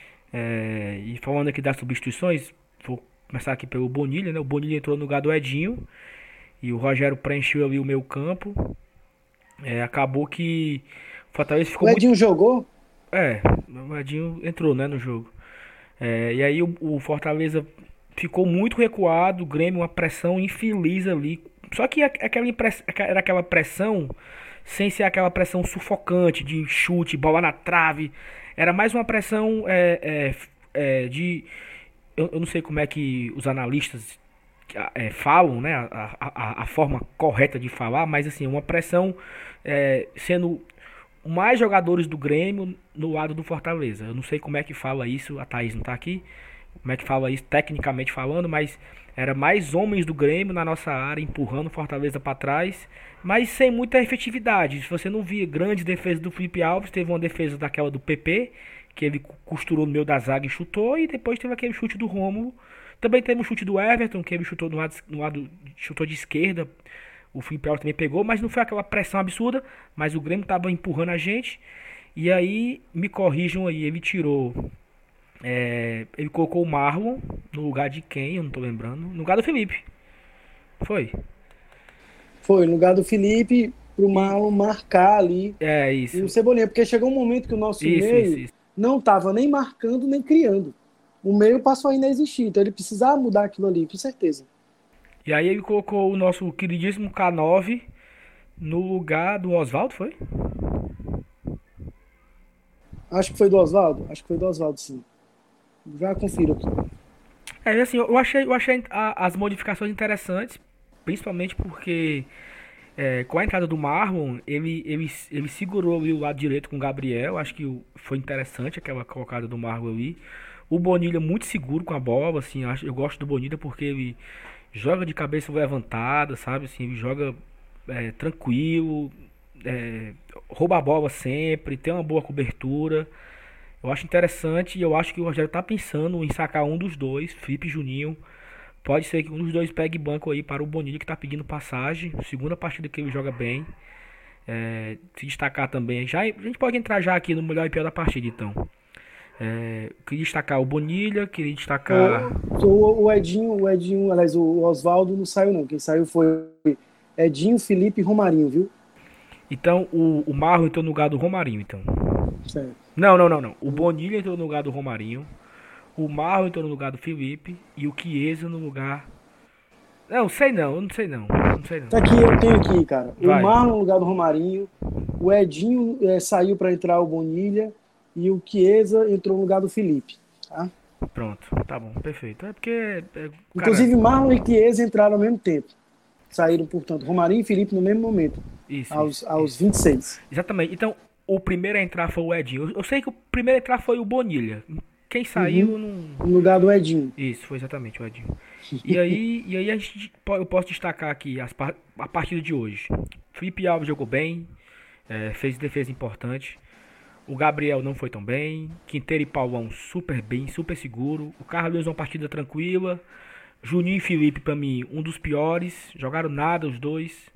É, e falando aqui das substituições, vou começar aqui pelo Bonilha, né? O Bonilha entrou no lugar do Edinho e o Rogério preencheu ali o meio campo. É, acabou que o Fortaleza ficou O Edinho muito... jogou? É, o Edinho entrou, né, no jogo. É, e aí o, o Fortaleza ficou muito recuado, o Grêmio uma pressão infeliz ali. Só que aquela impress... era aquela pressão sem ser aquela pressão sufocante de chute, bola na trave. Era mais uma pressão é, é, é, de... Eu, eu não sei como é que os analistas é, falam, né? A, a, a forma correta de falar, mas assim, uma pressão é, sendo mais jogadores do Grêmio no lado do Fortaleza. Eu não sei como é que fala isso, a Thaís não tá aqui, como é que fala isso tecnicamente falando, mas era mais homens do Grêmio na nossa área, empurrando o Fortaleza para trás, mas sem muita efetividade. Se você não via grandes defesas do Felipe Alves, teve uma defesa daquela do P P, que ele costurou no meio da zaga e chutou, e depois teve aquele chute do Rômulo. Também teve um chute do Everton, que ele chutou no lado, no lado chutou de esquerda. O Felipe Alves também pegou, mas não foi aquela pressão absurda, mas o Grêmio estava empurrando a gente. E aí, me corrijam aí, ele tirou... É, ele colocou o Marlon no lugar de quem? Eu não tô lembrando. No lugar do Felipe. Foi? Foi, no lugar do Felipe, pro Marlon marcar ali É isso. o Cebolinha, porque chegou um momento que o nosso Isso, meio isso, isso. não tava nem marcando, nem criando. O meio passou a inexistir, então ele precisava mudar aquilo ali, com certeza. E aí ele colocou o nosso queridíssimo K nove no lugar do Oswaldo, foi? Acho que foi do Oswaldo, acho que foi do Oswaldo, sim. Já confiro aqui. É, assim, eu achei, eu achei a- as modificações interessantes, principalmente porque é, com a entrada do Marlon, ele, ele, ele segurou ali o lado direito com o Gabriel. Acho que o- foi interessante aquela colocada do Marlon ali. O Bonilha muito seguro com a bola, assim, acho, eu gosto do Bonilha porque ele joga de cabeça levantada, sabe? Assim, ele joga é, tranquilo, é, rouba a bola sempre, tem uma boa cobertura. Eu acho interessante e eu acho que o Rogério tá pensando em sacar um dos dois, Felipe e Juninho. Pode ser que um dos dois pegue banco aí para o Bonilha que tá pedindo passagem. Segunda partida que ele joga bem. É, se destacar também. Já, a gente pode entrar já aqui no melhor e pior da partida, então. É, queria destacar o Bonilha, queria destacar. O, o, o Edinho, o Edinho, aliás, o Oswaldo não saiu, não. Quem saiu foi Edinho, Felipe e Romarinho, viu? Então, o, o Marlon entrou no lugar do Romarinho, então. Certo. Não, não, não, não. O Bonilha entrou no lugar do Romarinho. O Marlon entrou no lugar do Felipe. E o Chiesa no lugar. Não, sei não, eu não sei não. Não sei não. Tá aqui, eu tenho aqui, cara. Vai. O Marlon no lugar do Romarinho. O Edinho é, saiu para entrar o Bonilha. E o Chiesa entrou no lugar do Felipe. Tá? Pronto, tá bom, perfeito. É porque. É, cara, Inclusive, Marlon e Chiesa entraram ao mesmo tempo. Saíram, portanto, Romarinho e Felipe no mesmo momento. Isso. Aos, isso, aos isso. vinte e seis. Exatamente. Então, o primeiro a entrar foi o Edinho. Eu, eu sei que o primeiro a entrar foi o Bonilha. Quem saiu Uhum. não. No lugar do Edinho. Isso, foi exatamente o Edinho. E aí, e aí a gente, eu posso destacar aqui as, a partida de hoje. Felipe Alves jogou bem, é, fez defesa importante. O Gabriel não foi tão bem. Quinteiro e Paulão super bem, super seguro. O Carlos uma partida tranquila. Juninho e Felipe, pra mim, um dos piores. Jogaram nada os dois.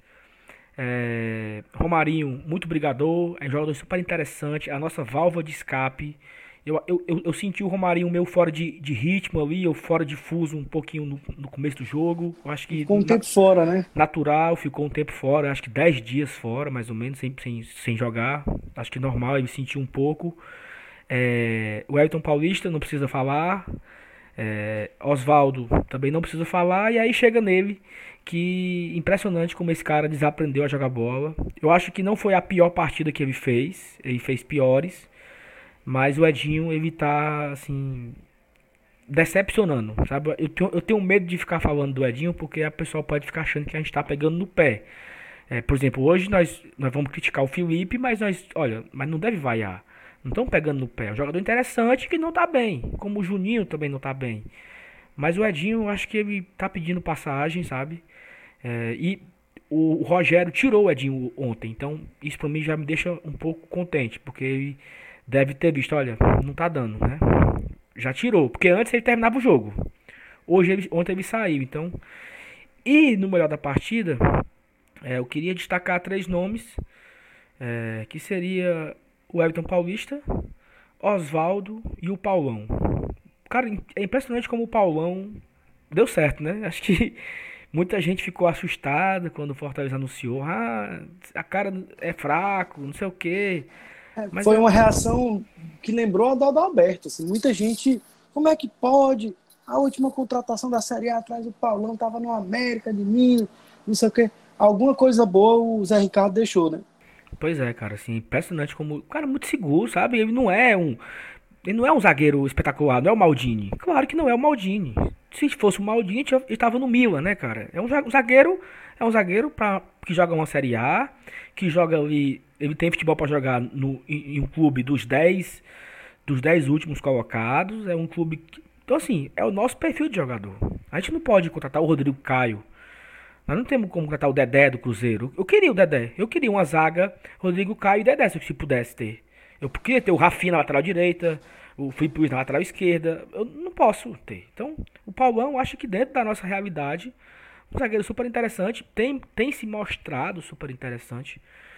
É, Romarinho, muito brigador. É um jogador super interessante. A nossa válvula de escape. Eu, eu, eu, eu senti o Romarinho meio fora de, de ritmo ali, ou fora de fuso um pouquinho no, no começo do jogo. Eu acho que Ficou um na- tempo fora, né? natural, ficou um tempo fora, acho que dez dias fora, mais ou menos, sem, sem, sem jogar. Acho que normal, ele sentiu um pouco. É, o Elton Paulista, não precisa falar. É, Oswaldo também não precisa falar. E aí chega nele, que impressionante como esse cara desaprendeu a jogar bola. Eu acho que não foi a pior partida que ele fez, ele fez piores, mas o Edinho, ele tá, assim, decepcionando, sabe? Eu tenho, eu tenho medo de ficar falando do Edinho, porque a pessoa pode ficar achando que a gente tá pegando no pé. É, por exemplo, hoje nós, nós vamos criticar o Felipe, mas nós, olha, mas não deve vaiar. Não estão pegando no pé. É um jogador interessante que não tá bem, como o Juninho também não tá bem. Mas o Edinho, eu acho que ele tá pedindo passagem, sabe? É, e o, o Rogério tirou o Edinho ontem, então isso pra mim já me deixa um pouco contente, porque ele deve ter visto, olha, não tá dando, né? Já tirou, porque antes ele terminava o jogo. Hoje ele, ontem ele saiu, então. E no melhor da partida, é, eu queria destacar três nomes, é, que seria o Wellington Paulista, Oswaldo e o Paulão. Cara, é impressionante como o Paulão deu certo, né? Acho que muita gente ficou assustada quando o Fortaleza anunciou. Ah, a cara é fraco, não sei o quê. Mas foi uma reação que lembrou a do Adalberto. Assim, muita gente, como é que pode? A última contratação da Série A atrás do Paulão estava no América de Minas, não sei o quê. Alguma coisa boa o Zé Ricardo deixou, né? Pois é, cara, assim, impressionante como... O cara é muito seguro, sabe? Ele não é um... Ele não é um zagueiro espetacular, não é o Maldini. Claro que não é o Maldini. Se fosse o Maldini, ele estava no Milan, né, cara? É um zagueiro, é um zagueiro pra, que joga uma Série A, que joga ali... Ele tem futebol para jogar no, em, em um clube dos dez dos dez últimos colocados. É um clube... Que, então, assim, é o nosso perfil de jogador. A gente não pode contratar o Rodrigo Caio. Nós não temos como contratar o Dedé do Cruzeiro. Eu queria o Dedé. Eu queria uma zaga Rodrigo Caio e Dedé, se pudesse ter. Eu queria ter o Rafinha na lateral direita, o Felipe Luiz na lateral esquerda. Eu não posso ter. Então, o Paulão, acho que dentro da nossa realidade, um zagueiro super interessante. Tem, tem se mostrado super interessante.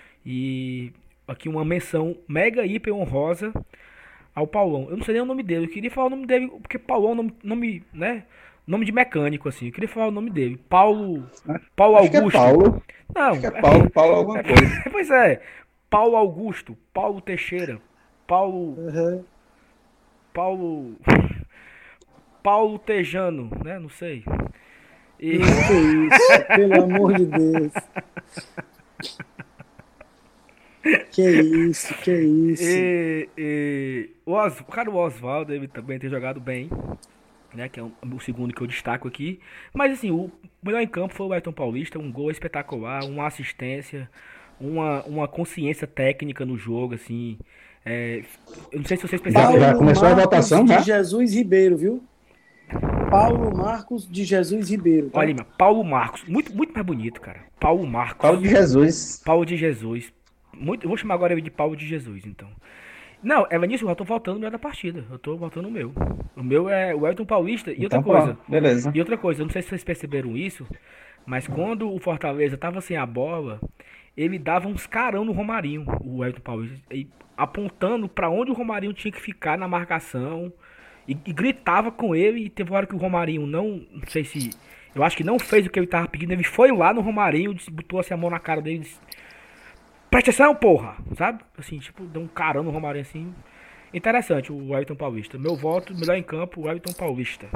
E aqui uma menção mega hiper honrosa ao Paulão. Eu não sei nem o nome dele. Eu queria falar o nome dele, porque Paulão é um nome, nome, né? Nome de mecânico, assim. Eu queria falar o nome dele. Paulo. Paulo Acho que é Augusto. Paulo. Não. Acho que é Paulo, Paulo alguma coisa. Pois é. Paulo Augusto. Paulo Teixeira. Paulo. Uhum. Paulo. Paulo Tejano, né? Não sei. E... Que isso, pelo amor de Deus. Que isso, que isso. E, e, o, Os, o cara, o Oswaldo, ele também tem jogado bem, né? Que é um, o segundo que eu destaco aqui. Mas assim, o melhor em campo foi o Wellington Paulista, um gol espetacular, uma assistência, uma, uma consciência técnica no jogo, assim. É, eu não sei se vocês perceberam. Paulo Já começou Marcos a votação, de já? Jesus Ribeiro, viu? Paulo Marcos de Jesus Ribeiro. Tá? Olha, meu, Paulo Marcos, muito, muito mais bonito, cara. Paulo Marcos. Paulo de Jesus. Paulo de Jesus. Muito, eu vou chamar agora ele de Paulo de Jesus, então. Não, Evanísio, eu já tô voltando no melhor da partida. Eu tô voltando no meu. O meu é o Elton Paulista. E outra Então, coisa. pronto, beleza. E outra coisa, eu não sei se vocês perceberam isso, mas quando o Fortaleza tava sem a bola, ele dava uns carão no Romarinho, o Elton Paulista, e apontando pra onde o Romarinho tinha que ficar na marcação. E, e gritava com ele. E teve uma hora que o Romarinho não. Não sei se. Eu acho que não fez o que ele tava pedindo. Ele foi lá no Romarinho, disse, botou assim a mão na cara dele e disse: presta atenção, porra! Sabe? Assim, tipo, deu um carão no Romarinho assim. Interessante o Wellington Paulista. Meu voto, melhor em campo, o Wellington Paulista.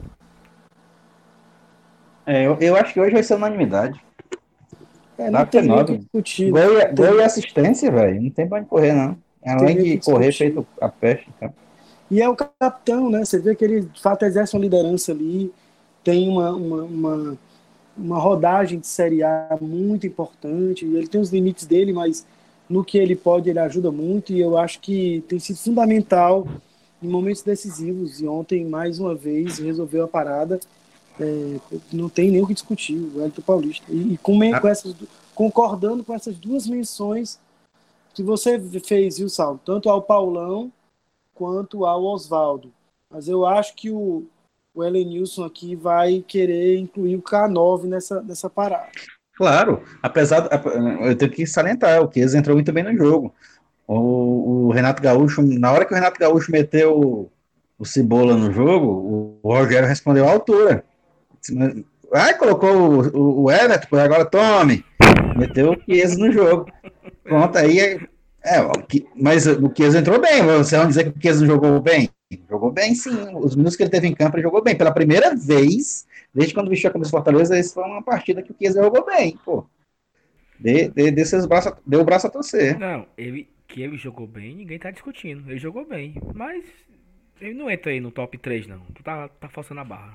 É, eu, eu acho que hoje vai ser unanimidade. É, Dá não tem nove. muito discutir. Gol, e- Tem- gol e assistência, velho. Não tem pra onde correr, não. Além Tem de que correr discutir. feito a peste. Então. E é o capitão, né? Você vê que ele, de fato, exerce uma liderança ali, tem uma, uma, uma, uma rodagem de Série A muito importante, ele tem os limites dele, mas no que ele pode, ele ajuda muito, e eu acho que tem sido fundamental em momentos decisivos, e ontem, mais uma vez, resolveu a parada. É, não tem nem o que discutir, o Wellington Paulista. E, e com, Ah. com essas, concordando com essas duas menções que você fez, viu, Saulo? Tanto ao Paulão quanto ao Oswaldo. Mas eu acho que o, o Elenilson aqui vai querer incluir o K nove nessa, nessa parada. Claro, apesar. Eu tenho que salientar, o Chiesa entrou muito bem no jogo. O, o Renato Gaúcho, na hora que o Renato Gaúcho meteu o, o Cebola no jogo, o, o Rogério respondeu à altura. Ai, colocou o, o, o Everton, agora tome. Meteu o Chiesa no jogo. Pronto, aí. É, o que- mas o Chiesa entrou bem. Você vai dizer que o Chiesa não jogou bem? Jogou bem, sim. Os minutos que ele teve em campo, ele jogou bem. Pela primeira vez Desde quando vestiu a camisa do Fortaleza, essa foi uma partida que o Chiesa jogou bem, pô. Dê, dê, dê seus braços, deu o braço a torcer. Não, ele que ele jogou bem, ninguém tá discutindo. Ele jogou bem, mas ele não entra aí no top três não. Tu tá, tá forçando a barra.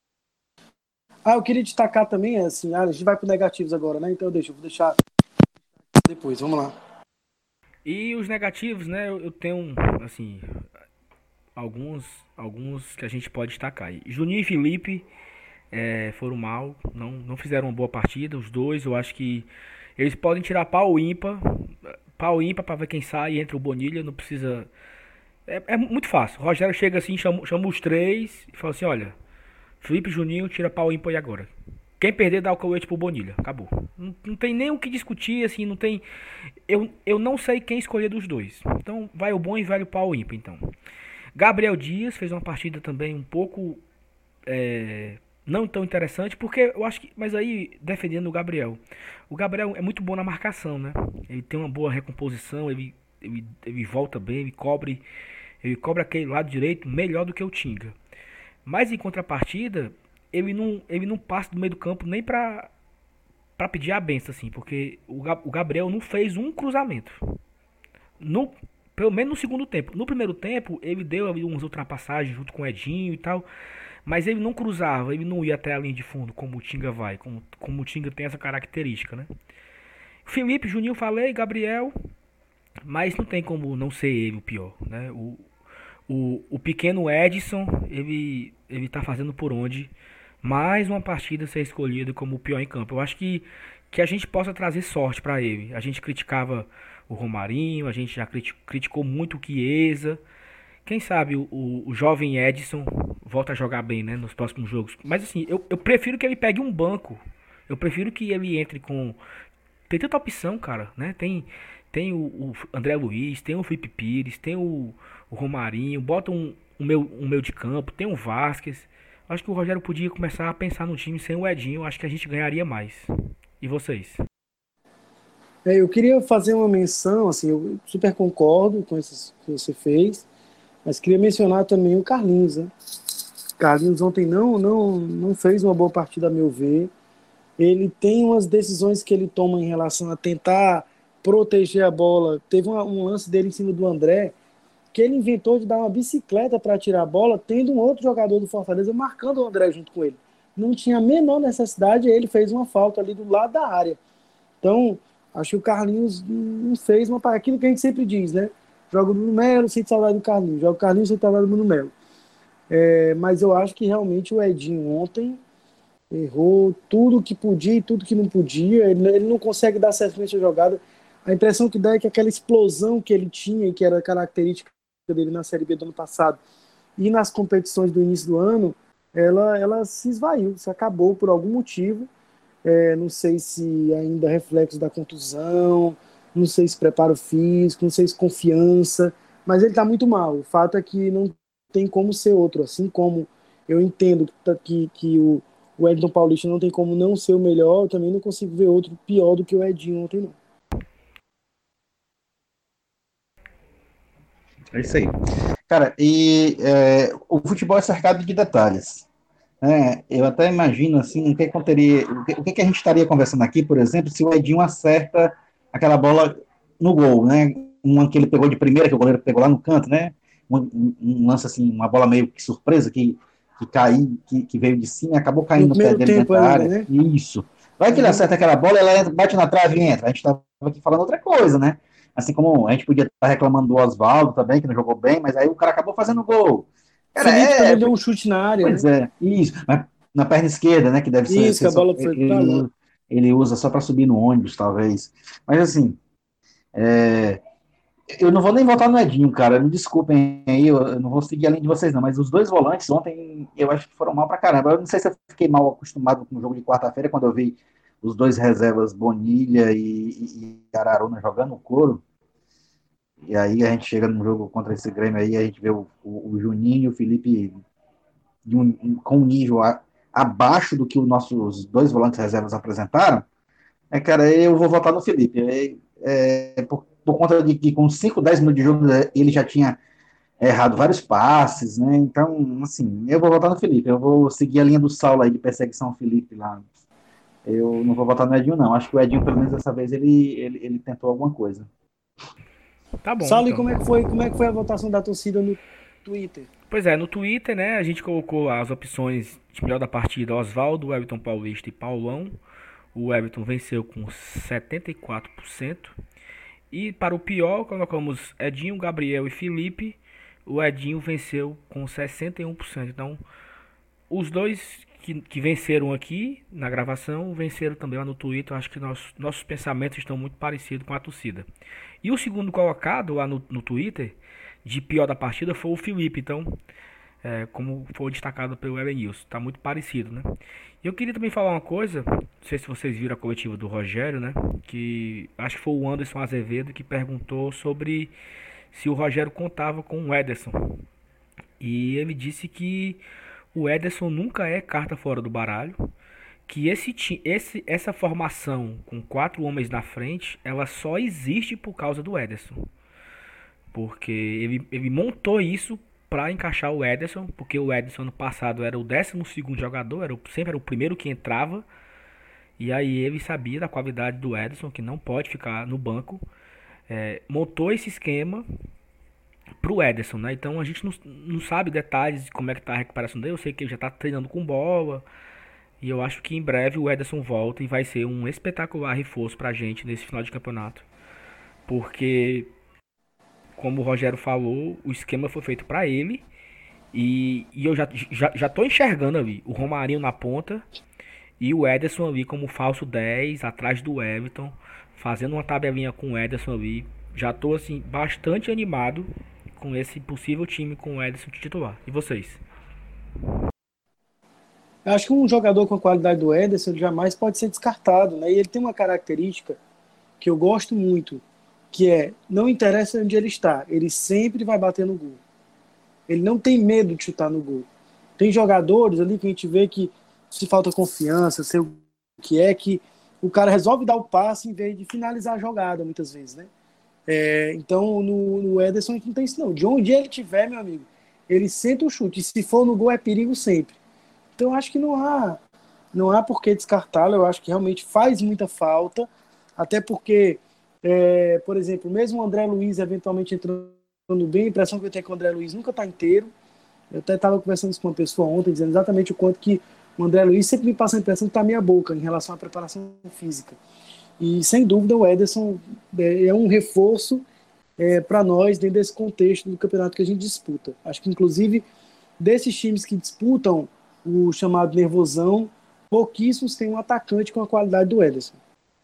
Ah, eu queria destacar também, assim, ah, a gente vai para negativos agora, né? Então deixa, eu vou deixar depois, vamos lá. E os negativos, né? Eu, eu tenho, assim, alguns, alguns que a gente pode destacar aí. Juninho e Felipe é, foram mal, não, não fizeram uma boa partida. Os dois, eu acho que eles podem tirar pau ímpar, pau ímpar para ver quem sai entre o Bonilha. Não precisa. É, é muito fácil. O Rogério chega assim, chama, chama os três e fala assim: olha, Felipe e Juninho, tira pau ímpar e agora. Quem perder dá o coete pro Bonilha. Acabou. Não, não tem nem o que discutir, assim, não tem. Eu, eu não sei quem escolher dos dois. Então vai o bom e vai o pau ímpar, então. Gabriel Dias fez uma partida também um pouco. É, não tão interessante, porque eu acho que. Mas aí, defendendo o Gabriel. O Gabriel é muito bom na marcação, né? Ele tem uma boa recomposição, ele, ele, ele volta bem, ele cobre. Ele cobra aquele lado direito melhor do que o Tinga. Mas em contrapartida, ele não, ele não passa do meio do campo nem pra, pra pedir a benção, assim, porque o, o Gabriel não fez um cruzamento. No, pelo menos no segundo tempo. No primeiro tempo, ele deu ali umas ultrapassagens junto com o Edinho e tal, mas ele não cruzava, ele não ia até a linha de fundo, como o Tinga vai, como, como o Tinga tem essa característica, né? Felipe, Juninho, falei, Gabriel, mas não tem como não ser ele o pior, né? O, o, o pequeno Edson, ele, ele tá fazendo por onde mais uma partida ser escolhida como o pior em campo. Eu acho que, que a gente possa trazer sorte para ele. A gente criticava o Romarinho, a gente já criticou muito o Chiesa. Quem sabe o, o, o jovem Edson volta a jogar bem, né, nos próximos jogos. Mas assim, eu, eu prefiro que ele pegue um banco. Eu prefiro que ele entre com... Tem tanta opção, cara, né? Tem, tem o, o André Luiz, tem o Felipe Pires, tem o, o Romarinho, bota um, um, meu, um meio de campo, tem o Vasquez. Acho que o Rogério podia começar a pensar no time sem o Edinho. Acho que a gente ganharia mais. E vocês? É, eu queria fazer uma menção, assim, eu super concordo com isso que você fez, mas queria mencionar também o Carlinhos, né? Carlinhos ontem não, não, não fez uma boa partida, a meu ver. Ele tem umas decisões que ele toma em relação a tentar proteger a bola. Teve uma, um lance dele em cima do André, que ele inventou de dar uma bicicleta para tirar a bola, tendo um outro jogador do Fortaleza marcando o André junto com ele. Não tinha a menor necessidade, ele fez uma falta ali do lado da área. Então, acho que o Carlinhos não fez uma para aquilo que a gente sempre diz, né? Joga o Bruno Melo, sente saudade do Carlinhos. Joga o Carlinhos, sente saudade do Bruno Melo. É, mas eu acho que realmente o Edinho ontem errou tudo que podia e tudo que não podia. Ele, ele não consegue dar sequência à jogada. A impressão que dá é que aquela explosão que ele tinha e que era característica dele na Série B do ano passado e nas competições do início do ano, ela, ela se esvaiu, se acabou por algum motivo. É, não sei se ainda é reflexo da contusão, não sei se preparo físico, não sei se confiança, mas ele está muito mal. O fato é que não tem como ser outro, assim como eu entendo que, que, que o, o Wellington Paulista não tem como não ser o melhor, eu também não consigo ver outro pior do que o Edinho ontem, não. É isso aí. Cara, e é, o futebol é cercado de detalhes. É, eu até imagino assim, o que, que, teria, o, que, o que, que a gente estaria conversando aqui, por exemplo, se o Edinho acerta aquela bola no gol, né? Uma que ele pegou de primeira, que o goleiro pegou lá no canto, né? Um, um lance assim, uma bola meio que surpresa, que, que caiu, que, que veio de cima e acabou caindo No no pé primeiro dele dentro tempo da ainda, área. né? Isso. Vai que ele acerta aquela bola, ela entra, bate na trave e entra. A gente estava aqui falando outra coisa, né? Assim como a gente podia estar reclamando do Oswaldo também, que não jogou bem, mas aí o cara acabou fazendo gol. Cara, Felipe é, também deu um chute na área, pois né? é, isso. Mas na perna esquerda, né? Que deve ser, Isso, que ser a só, bola foi pra longe. ele, ele usa só para subir no ônibus, talvez. Mas assim, é, eu não vou nem votar no Edinho, cara. Me desculpem aí, eu, eu não vou seguir além de vocês, não. Mas os dois volantes ontem eu acho que foram mal pra caramba. Eu não sei se eu fiquei mal acostumado com o jogo de quarta-feira, quando eu vi os dois reservas, Bonilha e, e, e Araruna jogando o couro. E aí a gente chega num jogo contra esse Grêmio aí, a gente vê o, o, o Juninho e o Felipe de um, com um nível a, abaixo do que os nossos dois volantes reservas apresentaram. É, cara, eu vou votar no Felipe. É, é, por, por conta de que com cinco, dez minutos de jogo ele já tinha errado vários passes, né? Então, assim, eu vou votar no Felipe. Eu vou seguir a linha do Saulo aí de perseguição ao Felipe lá. Eu não vou votar no Edinho, não. Acho que o Edinho, pelo menos dessa vez, ele, ele, ele tentou alguma coisa. Tá bom, Saulo, e então. como é que foi, como é que foi a votação da torcida no Twitter? Pois é, no Twitter, né, a gente colocou as opções de melhor da partida: Oswaldo, Everton Paulista e Paulão. O Everton venceu com setenta e quatro por cento. E para o pior, colocamos Edinho, Gabriel e Felipe. O Edinho venceu com sessenta e um por cento. Então, os dois que, que venceram aqui na gravação venceram também lá no Twitter. Eu acho que nossos, nossos pensamentos estão muito parecidos com a torcida. E o segundo colocado lá no, no Twitter, de pior da partida, foi o Felipe. Então, é, como foi destacado pelo Ellen News, está muito parecido, né? E eu queria também falar uma coisa, não sei se vocês viram a coletiva do Rogério, né? Que acho que foi o Anderson Azevedo que perguntou sobre se o Rogério contava com o Ederson. E ele disse que o Ederson nunca é carta fora do baralho, que esse, esse, essa formação com quatro homens na frente, ela só existe por causa do Ederson. Porque ele, ele montou isso para encaixar o Ederson, porque o Ederson no passado era o décimo segundo jogador, era o, sempre era o primeiro que entrava, e aí ele sabia da qualidade do Ederson, que não pode ficar no banco, é, montou esse esquema pro Ederson, né? Então a gente não, não sabe detalhes de como é que tá a recuperação dele, eu sei que ele já tá treinando com bola, e eu acho que em breve o Ederson volta e vai ser um espetacular reforço pra gente nesse final de campeonato, porque como o Rogério falou, o esquema foi feito para ele. E, e eu já, já, já tô enxergando ali o Romarinho na ponta e o Ederson ali como falso dez, atrás do Everton, fazendo uma tabelinha com o Ederson ali. Já tô assim, bastante animado com esse possível time com o Ederson titular. E vocês? Eu acho que um jogador com a qualidade do Ederson ele jamais pode ser descartado, né? E ele tem uma característica que eu gosto muito, que é, não interessa onde ele está, ele sempre vai bater no gol. Ele não tem medo de chutar no gol. Tem jogadores ali que a gente vê que se falta confiança, sei o que é, que o cara resolve dar o passe em vez de finalizar a jogada, muitas vezes, né? É, então, no, no Ederson a gente não tem isso não. De onde ele estiver, meu amigo, ele senta o chute. E se for no gol, é perigo sempre. Então, eu acho que não há, não há por que descartá-lo. Eu acho que realmente faz muita falta, até porque É, por exemplo, mesmo o André Luiz eventualmente entrando bem, a impressão que eu tenho é que o André Luiz nunca está inteiro. Eu até estava conversando isso com uma pessoa ontem, dizendo exatamente o quanto que o André Luiz sempre me passa a impressão que está meia boca em relação à preparação física. E, sem dúvida, o Ederson é, é um reforço é, para nós dentro desse contexto do campeonato que a gente disputa. Acho que, inclusive, desses times que disputam o chamado nervosão, pouquíssimos têm um atacante com a qualidade do Ederson.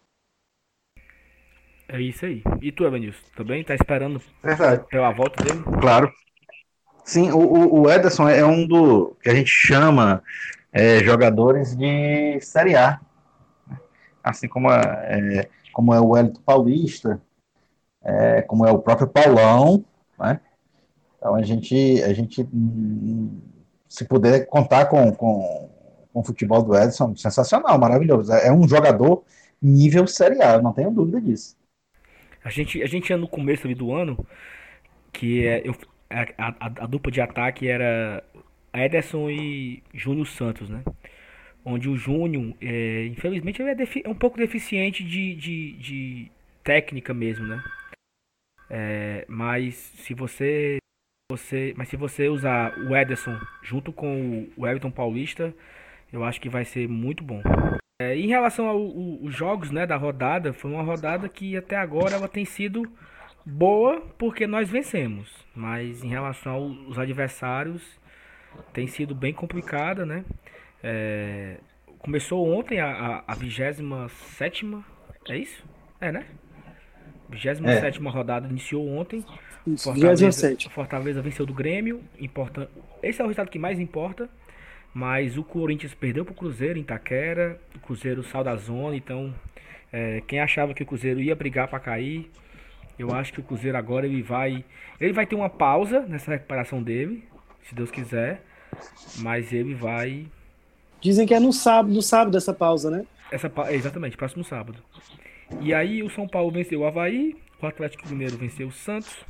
É isso aí. E tu, Evanilson, também tá esperando Verdade. pela volta dele? Claro. Sim, o, o o Ederson é um do que a gente chama é, jogadores de Série A. Assim como é, é, como é o Wellington Paulista, é, como é o próprio Paulão, né? Então a gente, a gente hum, se puder contar com, com, com o futebol do Ederson, sensacional, maravilhoso. É um jogador nível Série A, eu não tenho dúvida disso. A gente, a gente ia no começo ali do ano, que é, eu, a, a, a dupla de ataque era Ederson e Júnior Santos, né? Onde o Júnior, é, infelizmente, ele é, defi- é um pouco deficiente de, de, de técnica mesmo, né? É, mas se você, você, mas se você usar o Ederson junto com o, o Everton Paulista, eu acho que vai ser muito bom. É, em relação aos jogos, né, da rodada, foi uma rodada que até agora ela tem sido boa porque nós vencemos. Mas em relação aos adversários, tem sido bem complicada, né? É, começou ontem a, a, a vigésima sétima, é isso? É, né? Vigésima É, sétima rodada iniciou ontem. Isso, Fortaleza, vigésimo sétimo. Fortaleza venceu do Grêmio. Importa, esse é o resultado que mais importa. Mas o Corinthians perdeu pro Cruzeiro em Itaquera. O Cruzeiro saiu da zona. Então, é, quem achava que o Cruzeiro ia brigar para cair, eu acho que o Cruzeiro agora ele vai, ele vai ter uma pausa nessa recuperação dele, se Deus quiser. Mas ele vai, Dizem que é no sábado, no sábado essa pausa, né? essa, pa- é, exatamente, próximo sábado. E aí o São Paulo venceu o Avaí, o Atlético Mineiro venceu o Santos,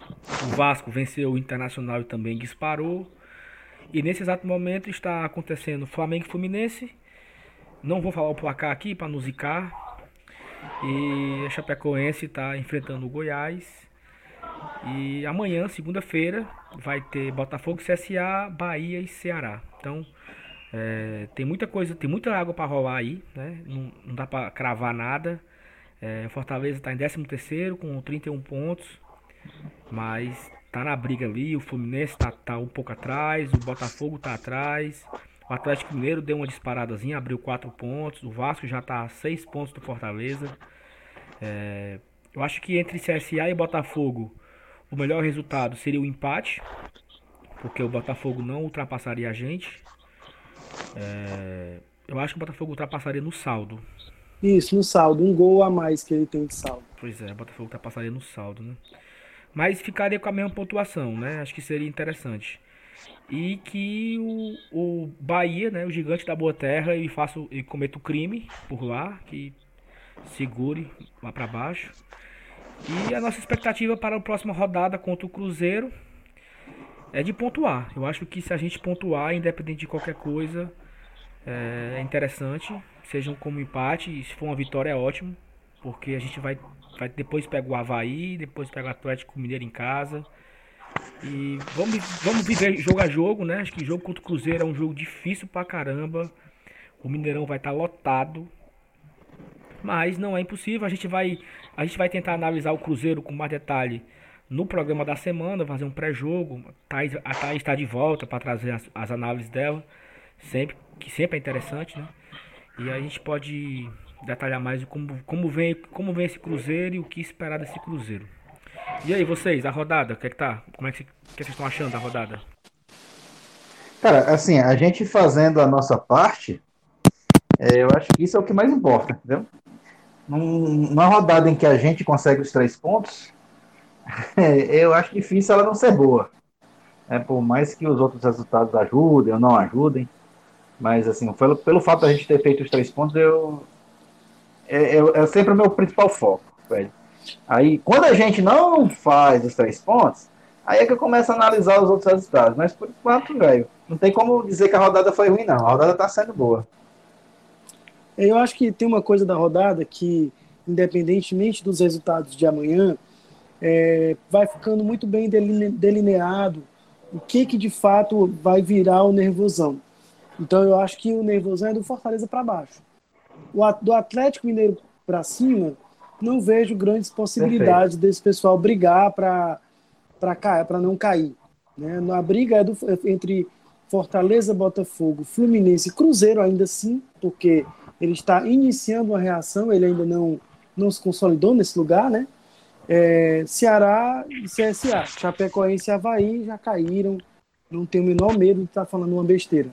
O Vasco venceu o Internacional e também disparou. E nesse exato momento está acontecendo Flamengo e Fluminense. Não vou falar o placar aqui para não zicar. E a Chapecoense está enfrentando o Goiás. E amanhã, segunda-feira, vai ter Botafogo, C S A, Bahia e Ceará. Então, é, tem muita coisa, tem muita água para rolar aí, né? Não, não dá para cravar nada. É, Fortaleza está em décimo terceiro com trinta e um pontos, mas tá na briga ali. O Fluminense tá, tá um pouco atrás, o Botafogo tá atrás. O Atlético Mineiro deu uma disparadazinha, abriu quatro pontos. O Vasco já tá a seis pontos do Fortaleza. É, eu acho que entre C S A e Botafogo, o melhor resultado seria o empate, porque o Botafogo não ultrapassaria a gente. É, eu acho que o Botafogo ultrapassaria no saldo. Isso, no saldo, um gol a mais que ele tem de saldo. Pois é, o Botafogo ultrapassaria no saldo, né? Mas ficaria com a mesma pontuação, né? Acho que seria interessante. E que o, o Bahia, né, o gigante da Boa Terra, ele faça e cometa o crime por lá, que segure lá para baixo. E a nossa expectativa para a próxima rodada contra o Cruzeiro é de pontuar. Eu acho que se a gente pontuar, independente de qualquer coisa, é interessante. Seja como empate, e se for uma vitória é ótimo. Porque a gente vai, vai depois pega o Avaí, depois pega o Atlético Mineiro em casa. E vamos, vamos viver jogo a jogo, né? Acho que jogo contra o Cruzeiro é um jogo difícil pra caramba. O Mineirão vai estar lotado. Mas não é impossível. A gente vai, a gente vai tentar analisar o Cruzeiro com mais detalhe no programa da semana, fazer um pré-jogo. Thaís- A Thaís está de volta para trazer as, as análises dela, sempre, que sempre é interessante, né? E a gente pode detalhar mais de como, como, vem, como vem esse Cruzeiro e o que esperar desse Cruzeiro. E aí, vocês, a rodada, o que é que tá? Como é que, cê- o que é que vocês estão achando da rodada? Cara, assim, a gente fazendo a nossa parte, é, eu acho que isso é o que mais importa, entendeu? Num- Numa rodada em que a gente consegue os três pontos, é, eu acho difícil ela não ser boa. É, por mais que os outros resultados ajudem ou não ajudem, mas assim, pelo, pelo fato da gente ter feito os três pontos, eu, é, é, é sempre o meu principal foco, velho. Aí, quando a gente não faz os três pontos, aí é que eu começo a analisar os outros resultados. Mas por enquanto, velho, não tem como dizer que a rodada foi ruim, não. A rodada tá sendo boa. Eu acho que tem uma coisa da rodada que, independentemente dos resultados de amanhã, é, vai ficando muito bem deline- delineado o que, que de fato vai virar o nervosão. Então eu acho que o nervosão é do Fortaleza para baixo. O, at- do Atlético Mineiro para cima, não vejo grandes Perfeito. possibilidades desse pessoal brigar para para não cair. Né? A briga é do, entre Fortaleza, Botafogo, Fluminense e Cruzeiro, ainda assim, porque ele está iniciando uma reação, ele ainda não, não se consolidou nesse lugar, né? É, Ceará e C S A, Chapecoense e Avaí já caíram, não tenho o menor medo de estar falando uma besteira.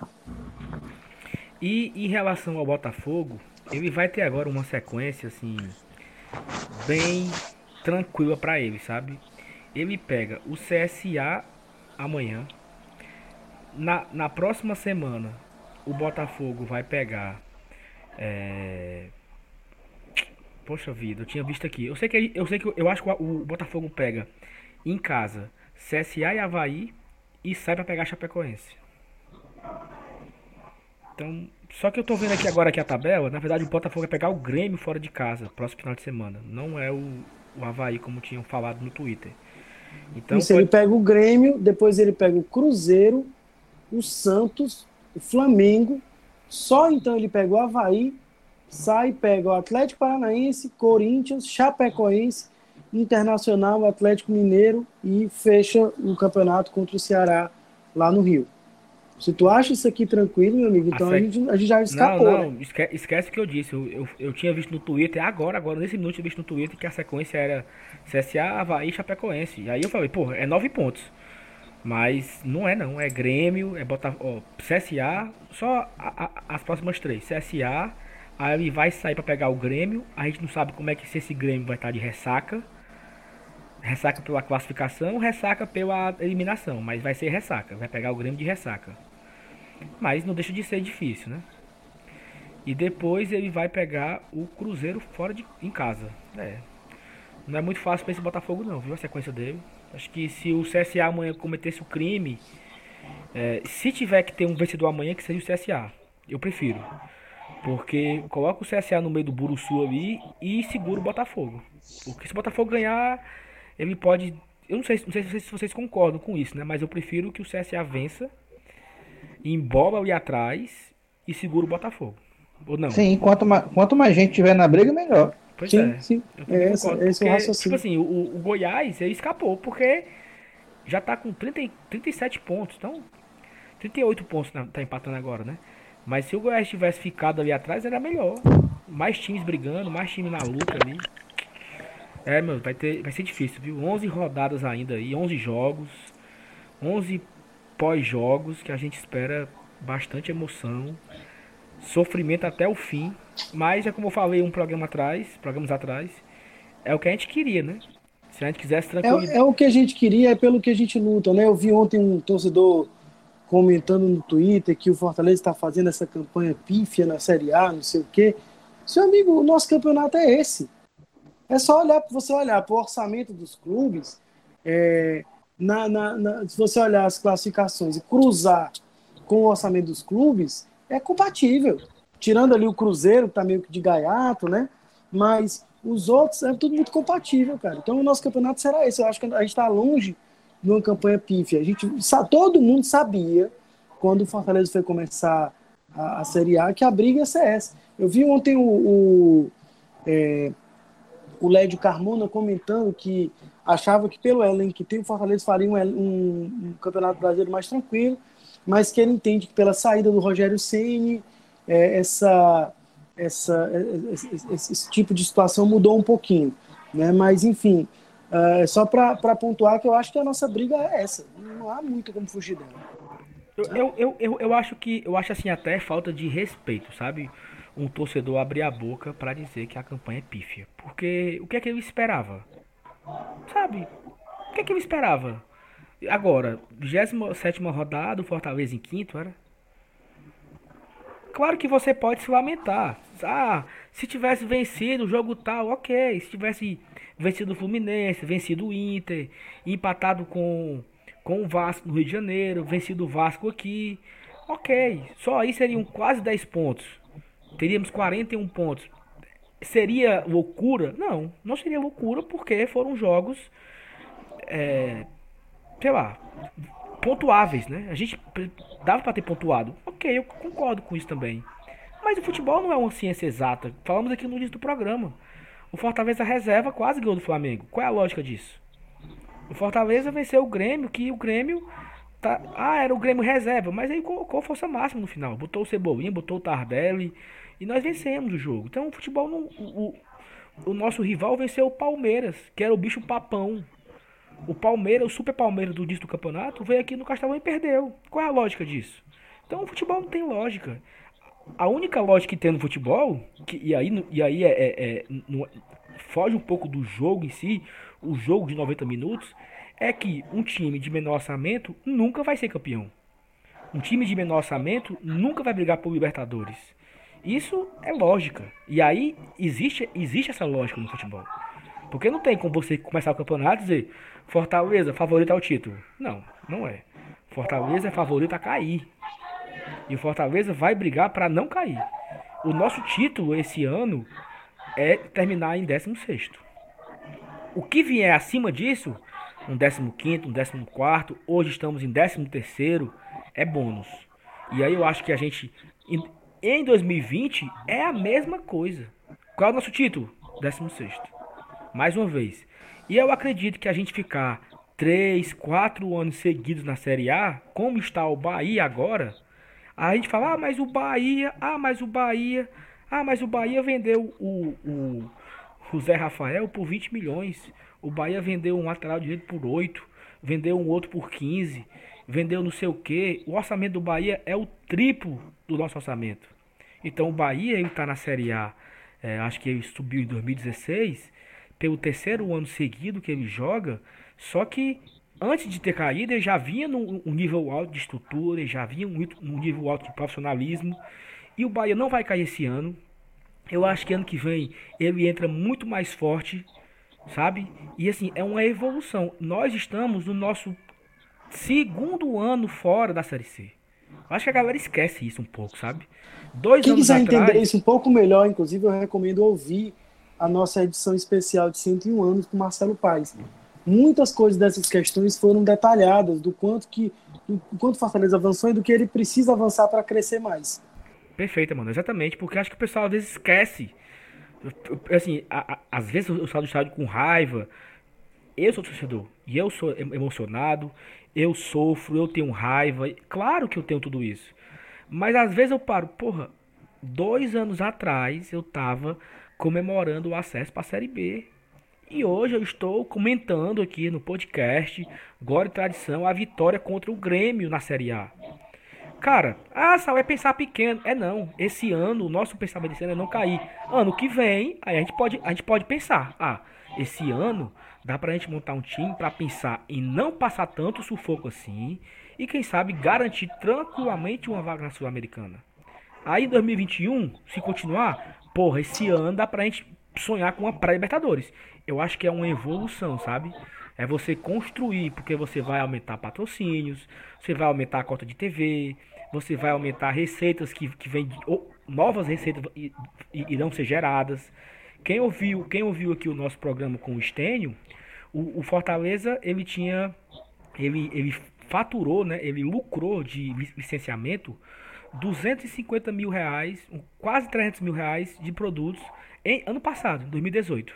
E em relação ao Botafogo, ele vai ter agora uma sequência assim bem tranquila para ele, sabe? Ele pega o C S A amanhã. Na, na próxima semana, o Botafogo vai pegar. É... Poxa vida, eu tinha visto aqui. Eu sei que eu sei que eu acho que o Botafogo pega em casa C S A e Avaí e sai para pegar a Chapecoense. Então, só que eu tô vendo aqui agora aqui a tabela, na verdade o Botafogo vai pegar o Grêmio fora de casa, próximo final de semana. Não é o, o Avaí como tinham falado no Twitter. Então Isso, ele pode. pega o Grêmio, depois ele pega o Cruzeiro, o Santos, o Flamengo, só então ele pega o Avaí, sai, pega o Atlético Paranaense, Corinthians, Chapecoense, Internacional, Atlético Mineiro e fecha o campeonato contra o Ceará lá no Rio. Se tu acha isso aqui tranquilo, meu amigo, A então a sec... gente, a gente já Não, escapou, né? não, esque- esquece o que eu disse. Eu, eu, eu tinha visto no Twitter, agora, agora, nesse minuto, eu tinha visto no Twitter que a sequência era C S A, Avaí e Chapecoense. E aí eu falei, pô, é nove pontos. Mas não é não, é Grêmio, é Botafogo, C S A, só a- a- as próximas três. C S A, aí ele vai sair pra pegar o Grêmio. A gente não sabe como é que se esse Grêmio vai estar de ressaca. Ressaca pela classificação, ressaca pela eliminação, mas vai ser ressaca, vai pegar o Grêmio de ressaca. Mas não deixa de ser difícil, né? E depois ele vai pegar o Cruzeiro fora de em casa. É, não é muito fácil pra esse Botafogo não, viu a sequência dele. Acho que se o C S A amanhã cometesse o crime, é, se tiver que ter um vencedor amanhã, que seja o C S A. Eu prefiro. Porque coloca o C S A no meio do Buruçu ali e segura o Botafogo. Porque se o Botafogo ganhar, ele pode. Eu não sei, não sei se vocês concordam com isso, né? Mas eu prefiro que o C S A vença, embola ali atrás e segura o Botafogo. Ou não? Sim, quanto mais, quanto mais gente tiver na briga, melhor. Pois Sim, é. sim. Eu também É essa, concordo. esse é o Porque, tipo raciocínio. assim, o, o Goiás ele escapou, porque já tá com trinta, trinta e sete pontos. Então, trinta e oito pontos tá empatando agora, né? Mas se o Goiás tivesse ficado ali atrás, era melhor. Mais times brigando, mais time na luta ali. É, meu, vai, ter, vai ser difícil, viu? onze rodadas ainda aí, onze jogos, onze pós-jogos, que a gente espera bastante emoção, sofrimento até o fim. Mas, é como eu falei um programa atrás, programas atrás, é o que a gente queria, né? Se a gente quisesse tranquilidade. É, é o que a gente queria, é pelo que a gente luta, né? Eu vi ontem um torcedor comentando no Twitter que o Fortaleza está fazendo essa campanha pífia na Série A, não sei o quê. Seu amigo, o nosso campeonato é esse. É só olhar, você olhar para o orçamento dos clubes, é, na, na, na, se você olhar as classificações e cruzar com o orçamento dos clubes, é compatível. Tirando ali o Cruzeiro, que está meio que de gaiato, né? Mas os outros é tudo muito compatível, cara. Então o nosso campeonato será esse. Eu acho que a gente está longe de uma campanha pífia. A gente, todo mundo sabia, quando o Fortaleza foi começar a, a Série A, que a briga ia ser essa. Eu vi ontem o, o é, o Lédio Carmona comentando que achava que pelo elenco que tem, o Fortaleza faria um, um, um campeonato brasileiro mais tranquilo, mas que ele entende que pela saída do Rogério Ceni, é, essa, essa, esse, esse, esse tipo de situação mudou um pouquinho, né? Mas enfim, é só para pontuar que eu acho que a nossa briga é essa, não há muito como fugir dela. Eu, eu, eu, eu, eu acho que eu acho assim até falta de respeito, sabe? Um torcedor abrir a boca pra dizer que a campanha é pífia. Porque o que é que ele esperava? Sabe? O que é que ele esperava? Agora, vigésima sétima rodada, o Fortaleza em quinto, era? Claro que você pode se lamentar. Ah, se tivesse vencido o jogo tal, ok. Se tivesse vencido o Fluminense, vencido o Inter, empatado com, com o Vasco no Rio de Janeiro, vencido o Vasco aqui, ok. Só aí seriam quase dez pontos. Teríamos quarenta e um pontos. Seria loucura? Não, não seria loucura porque foram jogos, é, sei lá, pontuáveis, né? A gente dava pra ter pontuado. Ok, eu concordo com isso também. Mas o futebol não é uma ciência exata. Falamos aqui no início do programa. O Fortaleza reserva quase ganhou do Flamengo. Qual é a lógica disso? O Fortaleza venceu o Grêmio, que o Grêmio tá... Ah, era o Grêmio reserva, mas aí colocou força máxima no final. Botou o Cebolinha, botou o Tardelli e nós vencemos o jogo. Então o futebol não... O, o, o nosso rival venceu o Palmeiras, que era o bicho papão. O Palmeiras, o Super Palmeiras do início do campeonato, veio aqui no Castelão e perdeu. Qual é a lógica disso? Então o futebol não tem lógica. A única lógica que tem no futebol, que, e aí, e aí é, é, é, no, foge um pouco do jogo em si, o jogo de noventa minutos, é que um time de menor orçamento nunca vai ser campeão. Um time de menor orçamento nunca vai brigar por Libertadores. Isso é lógica. E aí existe, existe essa lógica no futebol. Porque não tem como você começar o campeonato e dizer Fortaleza, favorito ao título. Não, não é. Fortaleza é favorito a cair. E o Fortaleza vai brigar para não cair. O nosso título esse ano é terminar em décimo sexto. O que vier acima disso, um décimo quinto, um décimo quarto, hoje estamos em décimo terceiro, é bônus. E aí eu acho que a gente, em dois mil e vinte, é a mesma coisa. Qual é o nosso título? décimo sexto. Mais uma vez. E eu acredito que a gente ficar três, quatro anos seguidos na Série A, como está o Bahia agora, a gente fala, ah, mas o Bahia, ah, mas o Bahia, ah, mas o Bahia vendeu o, o, o Zé Rafael por vinte milhões. O Bahia vendeu um lateral direito por oito, vendeu um outro por quinze, vendeu não sei o que. O orçamento do Bahia é o triplo do nosso orçamento. Então o Bahia, ele está na Série A, é, acho que ele subiu em dois mil e dezesseis, pelo terceiro ano seguido que ele joga, só que antes de ter caído ele já vinha num um nível alto de estrutura, ele já vinha num um nível alto de profissionalismo, e o Bahia não vai cair esse ano. Eu acho que ano que vem ele entra muito mais forte, sabe? E assim, é uma evolução. Nós estamos no nosso segundo ano fora da Série C. Eu acho que a galera esquece isso um pouco, sabe? Dois Quem anos quiser entender atrás. isso um pouco melhor, inclusive, eu recomendo ouvir a nossa edição especial de cento e um anos com Marcelo Paes. Muitas coisas dessas questões foram detalhadas, do quanto que do quanto Fortaleza avançou e do que ele precisa avançar para crescer mais. Perfeita, mano, exatamente, porque acho que o pessoal às vezes esquece. Eu- eu- Assim, a- a- às vezes eu saio do estádio com raiva. Eu sou torcedor e eu sou em- emocionado, eu sofro, eu tenho raiva. Claro que eu tenho tudo isso. Mas às vezes eu paro, porra, dois anos atrás eu tava comemorando o acesso pra Série B. E hoje eu estou comentando aqui no podcast Glória e Tradição a vitória contra o Grêmio na Série A. Cara, ah, só é pensar pequeno. É não. Esse ano, o nosso pensamento desse ano é não cair. Ano que vem, aí a gente pode, a gente pode pensar. Ah, esse ano dá pra gente montar um time pra pensar em não passar tanto sufoco assim. E quem sabe garantir tranquilamente uma vaga na Sul-Americana. Aí em dois mil e vinte e um, se continuar, porra, esse ano dá pra gente sonhar com uma pré-Libertadores. Eu acho que é uma evolução, sabe? É você construir, porque você vai aumentar patrocínios, você vai aumentar a cota de T V, você vai aumentar receitas que, que vem de, ou, novas receitas i- i- irão ser geradas. Quem ouviu, quem ouviu aqui o nosso programa com o Estênio, o, o Fortaleza, ele tinha, ele, ele faturou, né? Ele lucrou de licenciamento duzentos e cinquenta mil reais, um- quase trezentos mil reais de produtos em ano passado, dois mil e dezoito.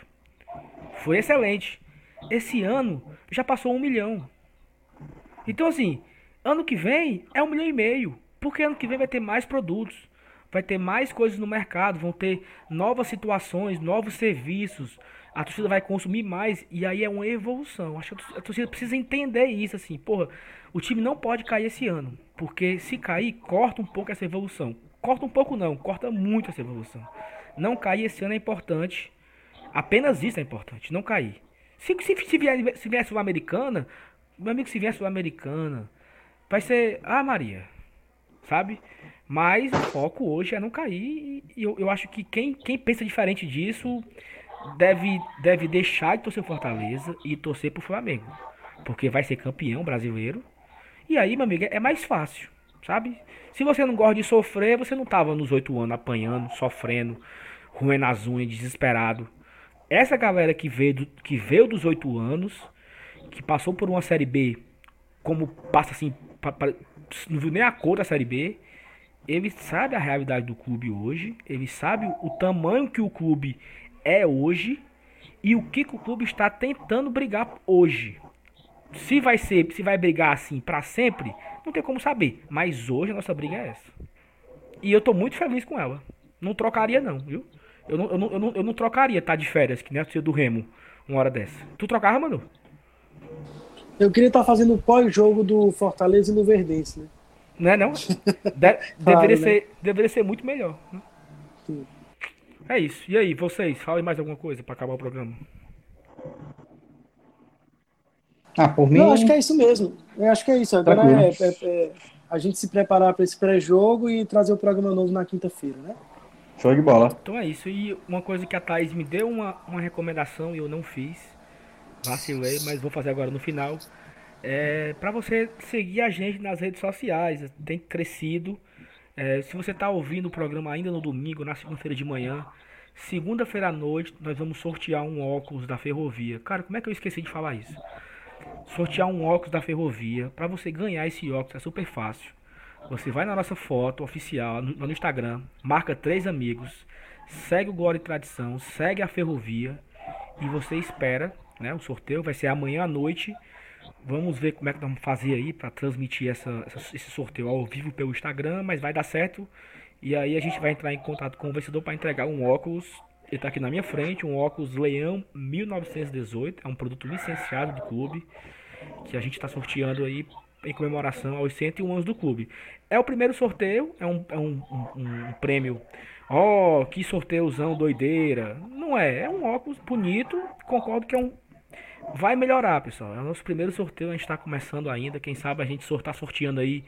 Foi excelente. Esse ano já passou um milhão. Então, assim, ano que vem é um milhão e meio. Porque ano que vem vai ter mais produtos. Vai ter mais coisas no mercado. Vão ter novas situações, novos serviços. A torcida vai consumir mais. E aí é uma evolução. Acho que a torcida precisa entender isso, assim. Porra, o time não pode cair esse ano. Porque se cair, corta um pouco essa evolução. Corta um pouco não, corta muito essa evolução. Não cair esse ano é importante. Apenas isso é importante, não cair. Se, se, se vier, se vier Sul-Americana, meu amigo, se vier Sul-Americana, vai ser. Ah, Maria, sabe? Mas o foco hoje é não cair. E eu, eu acho que quem, quem pensa diferente disso deve, deve deixar de torcer pro Fortaleza e torcer pro Flamengo. Porque vai ser campeão brasileiro. E aí, meu amigo, é mais fácil, sabe? Se você não gosta de sofrer, você não tava nos oito anos apanhando, sofrendo, roendo as unhas, desesperado. Essa galera que veio, do- que veio dos oito anos, que passou por uma Série B, como passa assim, pa- pa- não viu nem a cor da Série B, ele sabe a realidade do clube hoje, ele sabe o tamanho que o clube é hoje e o que, que o clube está tentando brigar hoje. Se vai ser, se vai brigar assim pra sempre, não tem como saber. Mas hoje a nossa briga é essa. E eu tô muito feliz com ela. Não trocaria não, viu? Eu não, eu não, eu não, eu não trocaria tá de férias, que nem a torcida do Remo, uma hora dessa. Tu trocava, mano? Eu queria estar fazendo o pós-jogo do Fortaleza e do Verdense, né? Não é não? De- deveria, Claro, né? ser, deveria ser muito melhor. Né? Sim. É isso. E aí, vocês? Falem mais alguma coisa pra acabar o programa. Ah, por Não, acho que é mim, isso mesmo. Eu acho que é isso. Agora tranquilo. é, é- é a gente se preparar para esse pré-jogo e trazer o programa novo na quinta-feira, né? Show de bola. Então é isso. E uma coisa que a Thaís me deu uma, uma recomendação e eu não fiz. Vacilei, mas vou fazer agora no final. É para você seguir a gente nas redes sociais. Tem crescido. É, se você está ouvindo o programa ainda no domingo, na segunda-feira de manhã, segunda-feira à noite, nós vamos sortear um óculos da Ferrovia. Cara, como é que eu esqueci de falar isso? Sortear um óculos da Ferrovia. Para você ganhar esse óculos é super fácil. Você vai na nossa foto oficial no, no Instagram, marca três amigos, segue o Glória e Tradição, segue a Ferrovia e você espera, né? O sorteio vai ser amanhã à noite. Vamos ver como é que nós vamos fazer aí para transmitir essa, essa- esse sorteio ao vivo pelo Instagram, mas vai dar certo. E aí a gente vai entrar em contato com o vencedor para entregar um óculos. Ele está aqui na minha frente, um óculos Leão mil novecentos e dezoito, é um produto licenciado do clube que a gente está sorteando aí em comemoração aos cento e um anos do clube. É o primeiro sorteio, é um, é um, um, um prêmio. Oh, que sorteuzão doideira. Não é, é um óculos bonito. Concordo que é um. Vai melhorar, pessoal. É o nosso primeiro sorteio, a gente está começando ainda. Quem sabe a gente está sorteando aí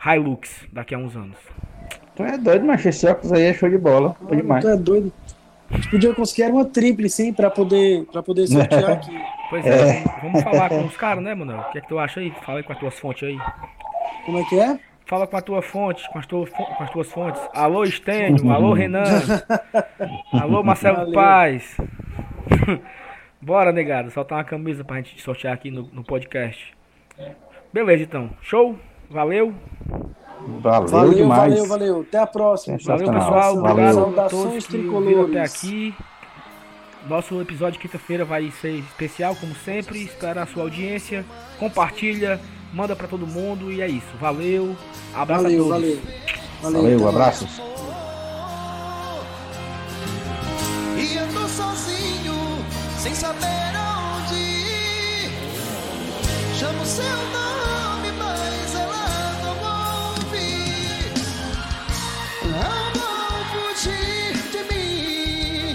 Hilux daqui a uns anos. Tu é doido, mas esse óculos aí é show de bola. Foi Olha, tu demais. é doido. A gente podia conseguir uma tríplice, hein, pra poder, pra poder sortear aqui. Pois é, vamos, vamos falar com os caras, né, Manuel? O que é que tu acha aí? Fala aí com as tuas fontes aí. Como é que é? Fala com a tua fonte, com as, tuas, com as tuas fontes. Alô, Estênio. Alô, Renan. Alô, Marcelo Valeu. Paz. Bora, negado. Soltar uma camisa pra gente sortear aqui no, no podcast. Beleza, então. Show? Valeu. Valeu, Valeu, demais. valeu, valeu. Até a próxima. Valeu, Sensacional. pessoal. Valeu. Obrigado a Saudações todos que ouviram tricolores. até aqui. Nosso episódio de quinta-feira vai ser especial, como sempre. Espero a sua audiência. Compartilha, manda pra todo mundo. E é isso. Valeu. Abraço Valeu, a todos. valeu. Valeu, até mais. abraços. E eu tô sozinho, sem saber onde ir. Chamo seu nome, mas ela não ouve. Não vou fugir de mim.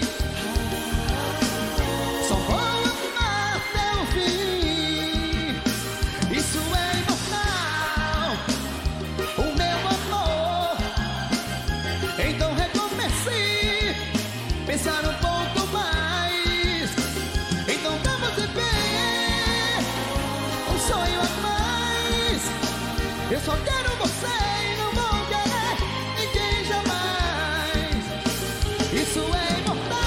Só vou amar até o fim. Isso é imortal, o meu amor. Então recomece, pensar um pouco mais. Então vamos viver um sonho a mais. Eu só quero você e não vou querer ninguém jamais. Isso é imortal.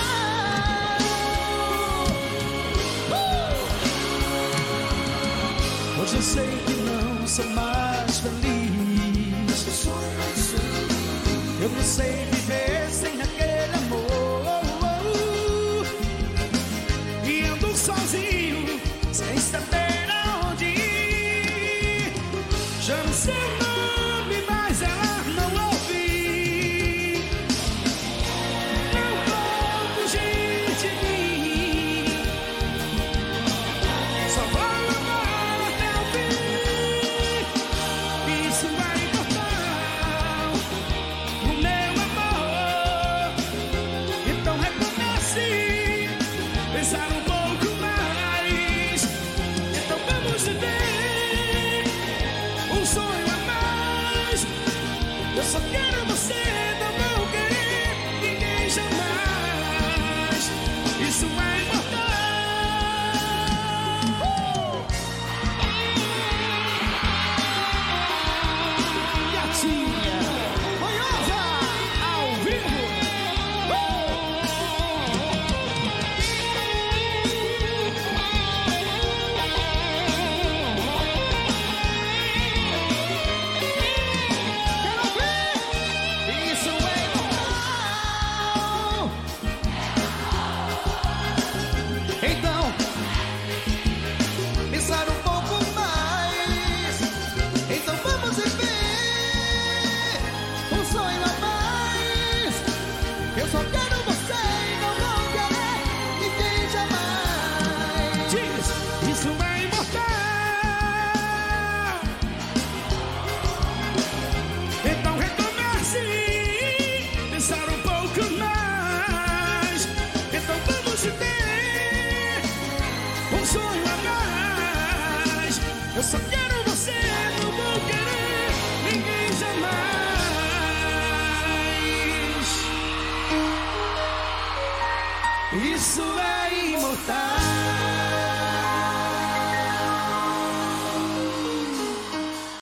uh! Hoje eu sei que não sou mais feliz. Eu não sei viver sem aquele amor. E ando sozinho, sem saber aonde ir. Chamo seu nome, mas ela não ouve. Não vou fugir de mim. Só vou amar até o fim. Isso é imortal, o meu amor. Então recomece, pensar um pouco mais. Então vamos viver um sonho a mais. Eu só quero você, não vou querer ninguém jamais. Isso é imortal. Gatinha, manhosa, ao vivo. Quero ver. Isso é imortal. Então, pensar um pouco mais. Então vamos viver um sonho a mais. Eu só quero você e não vou querer ninguém jamais. Diz, isso é imortal. Então recomece, pensar um pouco mais. Então vamos viver um sonho a mais. Eu só quero você, não vou querer ninguém jamais. Isso é